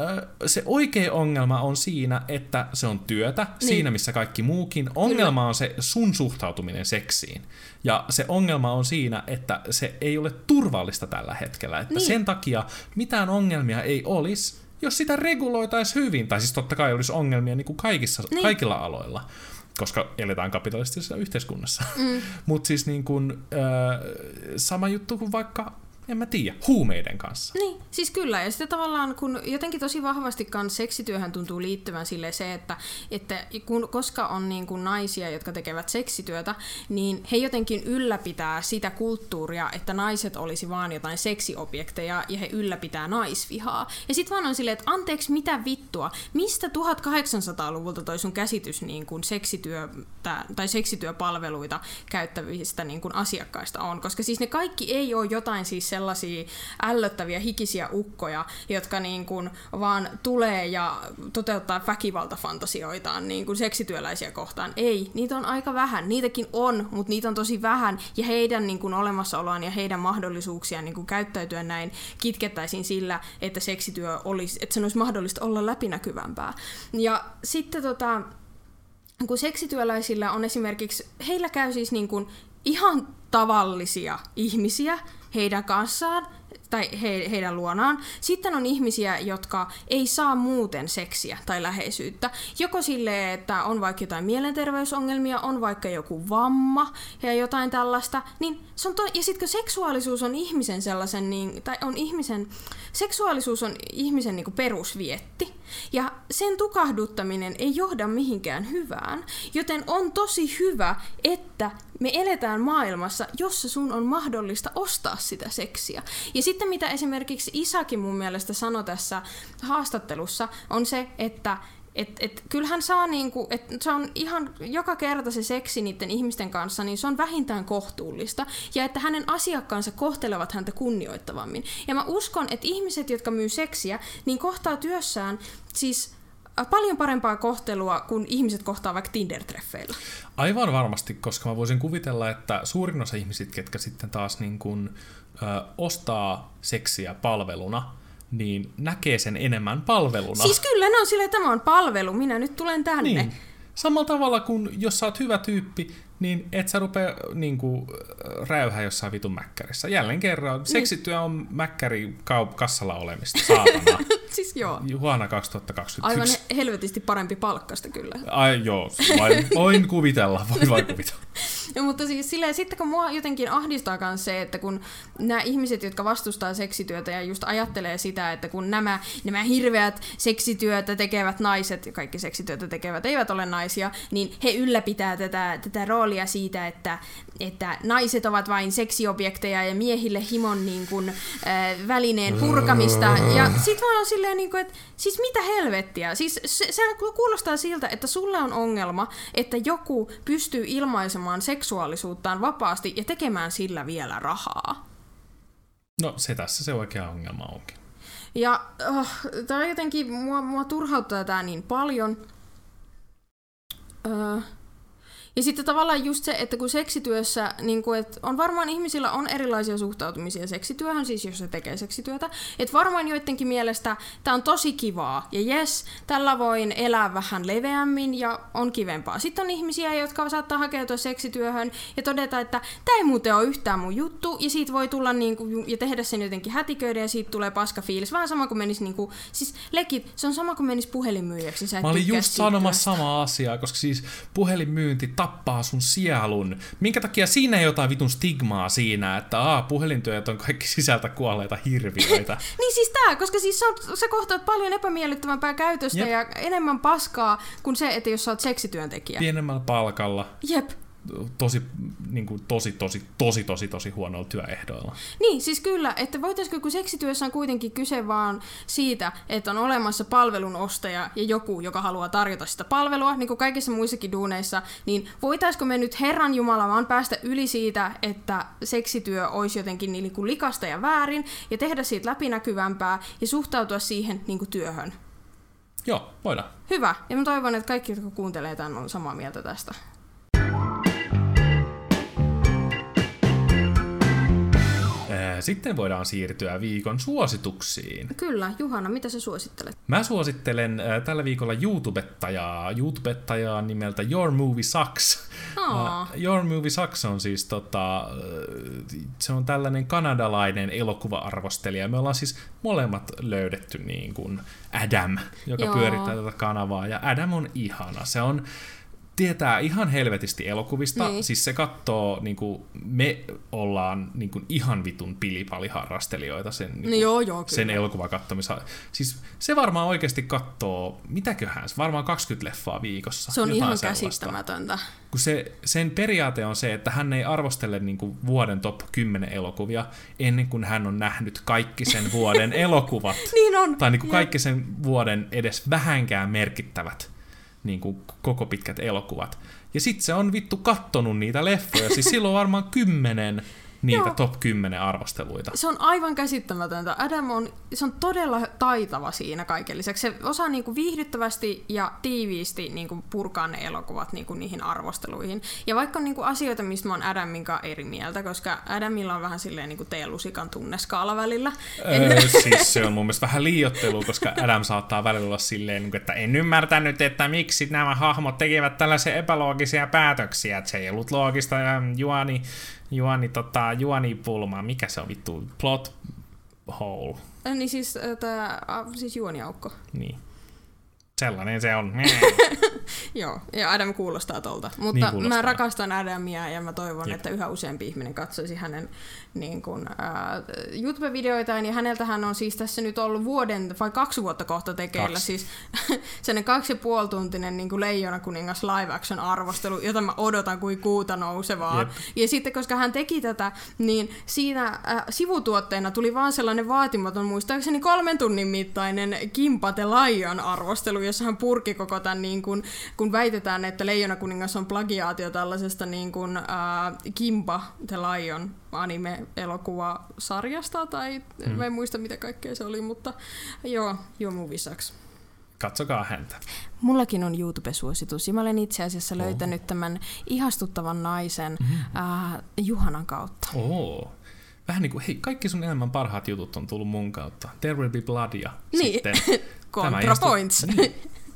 se oikea ongelma on siinä, että se on työtä, niin. siinä missä kaikki muukin. Ongelma on se sun suhtautuminen seksiin. Ja se ongelma on siinä, että se ei ole turvallista tällä hetkellä. Että niin. sen takia mitään ongelmia ei olisi, jos sitä reguloitaisiin hyvin. Tai siis totta kai olisi ongelmia niin kuin kaikissa, niin. kaikilla aloilla, koska eletään kapitalistisessa yhteiskunnassa. Mm. Mutta siis niin kuin, äh, sama juttu kuin vaikka en mä tiedä, huumeiden kanssa. Niin, siis kyllä. Ja sitten tavallaan, kun jotenkin tosi vahvasti kans seksityöhön tuntuu liittyvän silleen se, että, että kun, koska on niin kuin naisia, jotka tekevät seksityötä, niin he jotenkin ylläpitää sitä kulttuuria, että naiset olisi vaan jotain seksiobjekteja ja he ylläpitää naisvihaa. Ja sitten vaan on silleen, että anteeksi, mitä vittua, mistä tuhatkahdeksansataaluvulta toi sun käsitys niin kuin seksityötä, tai seksityöpalveluita käyttävistä niin kuin asiakkaista on, koska siis ne kaikki ei ole jotain siis sellaisia ällöttäviä hikisiä ukkoja, jotka niin kuin vaan tulee ja toteuttaa väkivaltafantasioitaan niin kuin seksityöläisiä kohtaan. Ei, niitä on aika vähän. Niitäkin on, mutta niitä on tosi vähän. Ja heidän niin kuin olemassaoloaan ja heidän mahdollisuuksiaan niin kuin käyttäytyä näin kitkettäisiin sillä, että seksityö olisi, että sen olisi mahdollista olla läpinäkyvämpää. Ja sitten tota, kun seksityöläisillä on esimerkiksi, heillä käy siis niin kuin ihan tavallisia ihmisiä heidän kanssaan, tai he, heidän luonaan. Sitten on ihmisiä, jotka ei saa muuten seksiä tai läheisyyttä. Joko silleen, että on vaikka jotain mielenterveysongelmia, on vaikka joku vamma ja jotain tällaista. Niin se on to- ja sitten kun seksuaalisuus on ihmisen sellaisen, niin, tai on ihmisen, seksuaalisuus on ihmisen niin kuin perusvietti. Ja sen tukahduttaminen ei johda mihinkään hyvään. Joten on tosi hyvä, että me eletään maailmassa, jossa sun on mahdollista ostaa sitä seksiä. Ja sitten mitä esimerkiksi Isäkin mun mielestä sanoi tässä haastattelussa, on se, että et, et, kyllähän saa niinku, että se on ihan joka kerta se seksi niiden ihmisten kanssa, niin se on vähintään kohtuullista. Ja että hänen asiakkaansa kohtelevat häntä kunnioittavammin. Ja mä uskon, että ihmiset, jotka myy seksiä, niin kohtaa työssään siis paljon parempaa kohtelua kuin ihmiset kohtaa vaikka Tinder-treffeillä. Aivan varmasti, koska mä voisin kuvitella, että suurin osa ihmisit, ketkä sitten taas niin kuin, ö, ostaa seksiä palveluna, niin näkee sen enemmän palveluna. Siis kyllä, ne on silleen, että tämä on palvelu, minä nyt tulen tänne. Niin. Samalla tavalla kuin jos sä oot hyvä tyyppi, niin et sä rupea niin kuin, räyhää jossain vitun mäkkärissä. Jälleen kerran, seksityö on mäkkäri kaup- kassalla olemista, saatana. Siis joo. Vuonna kaksituhattakaksikymmentäyksi. Aivan helvetisti parempi palkkasta kyllä. Ai joo, vain, voin kuvitella, voin vain kuvitella. No, mutta siis silleen, sitten kun mua jotenkin ahdistaa myös se, että kun nämä ihmiset, jotka vastustaa seksityötä ja just ajattelee sitä, että kun nämä, nämä hirveät seksityötä tekevät naiset, ja kaikki seksityötä tekevät eivät ole naisia, niin he ylläpitää tätä, tätä roolia siitä, että, että naiset ovat vain seksiobjekteja ja miehille himon niin kuin, äh, välineen purkamista. Ja sit vaan on silleen, niin kuin, että siis mitä helvettiä? Siis se, sehän kuulostaa siltä, että sulle on ongelma, että joku pystyy ilmaisemaan seksuaalisuuttaan vapaasti ja tekemään sillä vielä rahaa. No se tässä se oikea ongelma onkin. Ja oh, tää jotenkin, mua, mua turhauttaa tää niin paljon. Öö... Ja sitten tavallaan just se, että kun seksityössä, niin kun, että on varmaan ihmisillä on erilaisia suhtautumisia seksityöhön, siis jos se tekee seksityötä, että varmaan joidenkin mielestä tämä on tosi kivaa, ja jes, tällä voin elää vähän leveämmin ja on kivempaa. Sitten on ihmisiä, jotka saattaa hakeutua seksityöhön ja todeta, että tämä ei muuten ole yhtään mun juttu, ja siitä voi tulla niin kuin, ja tehdä sen jotenkin hätiköiden, ja siitä tulee paska fiilis. Vähän sama kuin menisi, niin kuin, siis legit, se on sama kuin menisi puhelinmyyjäksi. Sä et Mä olin just sanomassa työstä. samaa asiaa, koska siis puhelinmyynti tappaa sun sielun. Minkä takia siinä ei jotain vitun stigmaa siinä, että aa, puhelintyöt on kaikki sisältä kuolleita hirviöitä. Niin siis tää, koska siis sä, sä kohtaat paljon epämiellyttävämpää käytöstä Jep. ja enemmän paskaa kuin se, että jos sä oot seksityöntekijä. Pienemmällä palkalla. Jep. Tosi, niin kuin, tosi, tosi, tosi, tosi, tosi huonoilla työehdoilla. Niin, siis kyllä, että voitaisiko, kun seksityössä on kuitenkin kyse vaan siitä, että on olemassa palvelun ostaja ja joku, joka haluaa tarjota sitä palvelua, niin kuin kaikissa muissakin duuneissa, niin voitaisiko me nyt Herran Jumala vaan päästä yli siitä, että seksityö olisi jotenkin niin kuin likasta ja väärin, ja tehdä siitä läpinäkyvämpää ja suhtautua siihen niin kuin työhön. Joo, voidaan. Hyvä, ja mä toivon, että kaikki, jotka kuuntelee tämän, on samaa mieltä tästä. Sitten voidaan siirtyä viikon suosituksiin. Kyllä, Juhana, mitä sä suosittelet? Mä suosittelen äh, tällä viikolla YouTubettajaa. YouTubettajaa nimeltä Your Movie Sucks. Oh. Uh, Your Movie Sucks on siis tota, uh, se on tällainen kanadalainen elokuva-arvostelija. Me ollaan siis molemmat löydetty niin kuin Adam, joka Joo. pyörittää tätä kanavaa. Ja Adam on ihana. Se on tietää ihan helvetisti elokuvista, niin. Siis se kattoo, niin kuin me ollaan niin kuin ihan vitun pilipaliharrastelijoita sen, niin kuin, joo, joo, sen elokuvakattomissa. Siis se varmaan oikeasti kattoo, mitäköhän, varmaan kaksikymmentä leffaa viikossa. Se on ihan sellaista. Käsittämätöntä. Kun se, sen periaate on se, että hän ei arvostele niin kuin vuoden top kymmenen elokuvia ennen kuin hän on nähnyt kaikki sen vuoden elokuvat. Niin on. Tai niin kuin kaikki sen vuoden edes vähänkään merkittävät niin kuin koko pitkät elokuvat. Ja sit se on vittu kattonut niitä leffoja. Siis silloin varmaan kymmenen niitä Joo. top kymmenen arvosteluita. Se on aivan käsittämätöntä. Adam on, se on todella taitava siinä kaiken lisäksi. Se osaa niinku viihdyttävästi ja tiiviisti niinku purkaa ne elokuvat niinku niihin arvosteluihin. Ja vaikka on niinku asioita, mistä mä oon Adamin kanssa eri mieltä, koska Adamilla on vähän silleen niinku teelusikan tunneskaala välillä. Öö, siis se on mun mielestä vähän liioittelua, koska Adam saattaa välillä olla silleen, että en ymmärtänyt, että miksi nämä hahmot tekevät tällaisia epäloogisia päätöksiä. Että se ei ollut loogista ja juoni... Juoni, tota, juonipulma, mikä se on vittu? Plot hole. Äh, niin siis, äh, tää, äh, siis juoniaukko. Niin. Sellainen se on. Joo, ja Adam kuulostaa tolta. Mutta Niin kuulostaa. mä rakastan Adamia ja mä toivon, Jep. että yhä useampi ihminen katsoisi hänen niin kun, äh, YouTube-videoitaan. Ja häneltähän on siis tässä nyt ollut vuoden vai kaksi vuotta kohta tekeillä. Kaksi. Siis sellainen kaksi ja puoli tuntinen niin kuin Leijona kuningas live action arvostelu, jota mä odotan kuin kuuta nousevaa. Jep. Ja sitten koska hän teki tätä, niin siinä äh, sivutuotteena tuli vaan sellainen vaatimaton, muistaakseni kolmen tunnin mittainen Kimpa the Lion arvostelu, jossa hän purki koko tämän, niin kuin, kun väitetään, että Leijona kuningas on plagiaatio tällaisesta niin kuin, äh, Kimpa the Lion anime-elokuvasarjasta, tai hmm. mä en muista mitä kaikkea se oli, mutta joo, joo movie sucks. Katsokaa häntä. Mullakin on YouTube-suositus, ja mä olen itse asiassa oh. löytänyt tämän ihastuttavan naisen mm-hmm. äh, Juhanan kautta. Oo. Vähän niin kuin, hei, kaikki sun elämän parhaat jutut on tullut mun kautta. There Will Be Blood ja niin. sitten... ContraPoints. Niin.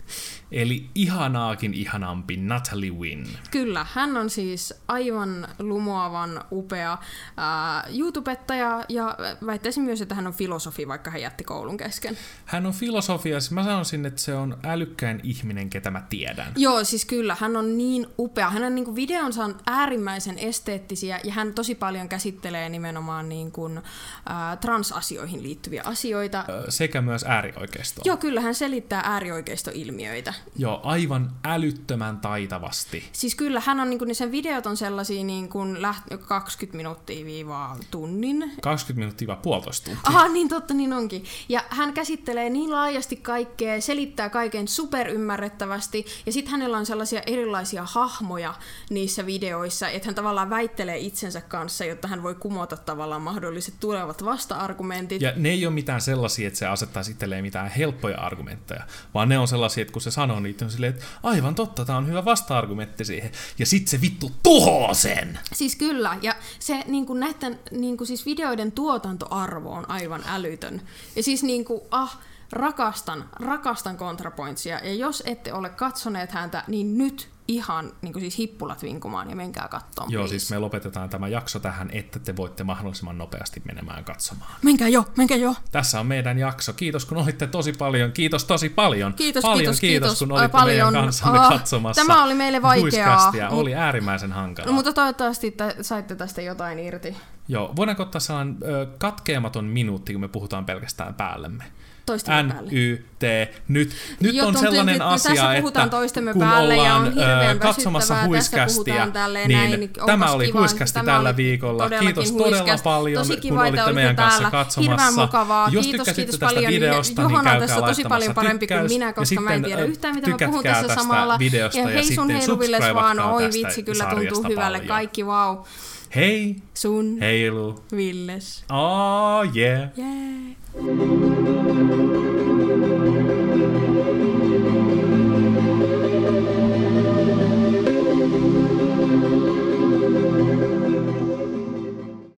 Eli ihanaakin ihanampi Natalie Wynn. Kyllä, hän on siis aivan lumoavan upea ää, YouTubettaja ja väittäisin myös, että hän on filosofi, vaikka hän jätti koulun kesken. Hän on filosofia, mä sanoisin, että se on älykkäin ihminen, ketä mä tiedän. Joo, siis kyllä, hän on niin upea. Hänen niin kuin videonsa on äärimmäisen esteettisiä ja hän tosi paljon käsittelee nimenomaan niin kuin, ää, transasioihin liittyviä asioita. Sekä myös äärioikeistoa. Joo, kyllä, hän selittää äärioikeistoilmiöitä. Joo, aivan älyttömän taitavasti. Siis kyllä, hän on, niin kuin, niin sen videot on sellaisia niin kuin läht- kaksikymmentä minuuttia viivaa tunnin. kaksikymmentä minuuttia vai puolitoista tuntia. Aha, niin totta, niin onkin. Ja hän käsittelee niin laajasti kaikkea, selittää kaiken superymmärrettävästi, ja sitten hänellä on sellaisia erilaisia hahmoja niissä videoissa, että hän tavallaan väittelee itsensä kanssa, jotta hän voi kumota tavallaan mahdolliset tulevat vasta-argumentit. Ja ne ei ole mitään sellaisia, että se asettaa itselleen mitään helppoja argumentteja, vaan ne on sellaisia, että kun se sanoo niitä, on silleen, että aivan totta, tää on hyvä vasta-argumentti siihen, ja sit se vittu tuhoaa sen! Siis kyllä, ja se niin kuin näiden niin kuin siis videoiden tuotantoarvo on aivan älytön. Ja siis niin kuin, ah, rakastan, rakastan ContraPointsia, ja jos ette ole katsoneet häntä, niin nyt ihan niin kuin siis hippulat vinkumaan ja menkää katsomaan. Joo, please. siis me lopetetaan tämä jakso tähän, että te voitte mahdollisimman nopeasti menemään katsomaan. Menkää jo, menkää jo. Tässä on meidän jakso. Kiitos, kun olitte tosi paljon. Kiitos tosi paljon. Kiitos, paljon kiitos, kiitos, kiitos. kun olitte paljon. meidän kanssamme Ah, katsomassa. Tämä oli meille vaikeaa. Huiskastia. Oli äärimmäisen hankalaa. No, mutta toivottavasti te saitte tästä jotain irti. Joo, voidaanko ottaa sellainen ö, katkeamaton minuutti, kun me puhutaan pelkästään päällemme? Toistemme N, päälle. Y, T. Nyt, nyt Joo, on tuntuu, sellainen että asia, tässä että puhutaan toistemme kun päälle ja on ollaan hirveän ö, katsomassa väsyttävää, tässä huiskastia, puhutaan tälleen niin näin, tämä onpas oli kiva, huiskasti tämä tällä oli viikolla. todellakin Kiitos todella huiskasti. paljon, Tosi kun kiva, että olitte olitte meidän kanssa täällä. katsomassa. Hirveän mukavaa. Jos Kiitos, tykkäsitte kiitos tästä paljon. videosta, Juhana niin on käykää tässä tosi paljon laittamassa parempi kuin tykkäys. minä, koska Ja mä en sitten, tiedä yhtään, mitä mä puhun tykätkää tässä tästä samalla. videosta Ja ja hei sun sitten herruvilles vaan, subscribeatkaa oi tästä vitsi, kyllä sarjasta tuntuu hyvälle. paljon. Kaikki vau. Hei, Sun heilu. Villes. Oh yeah. Yeah.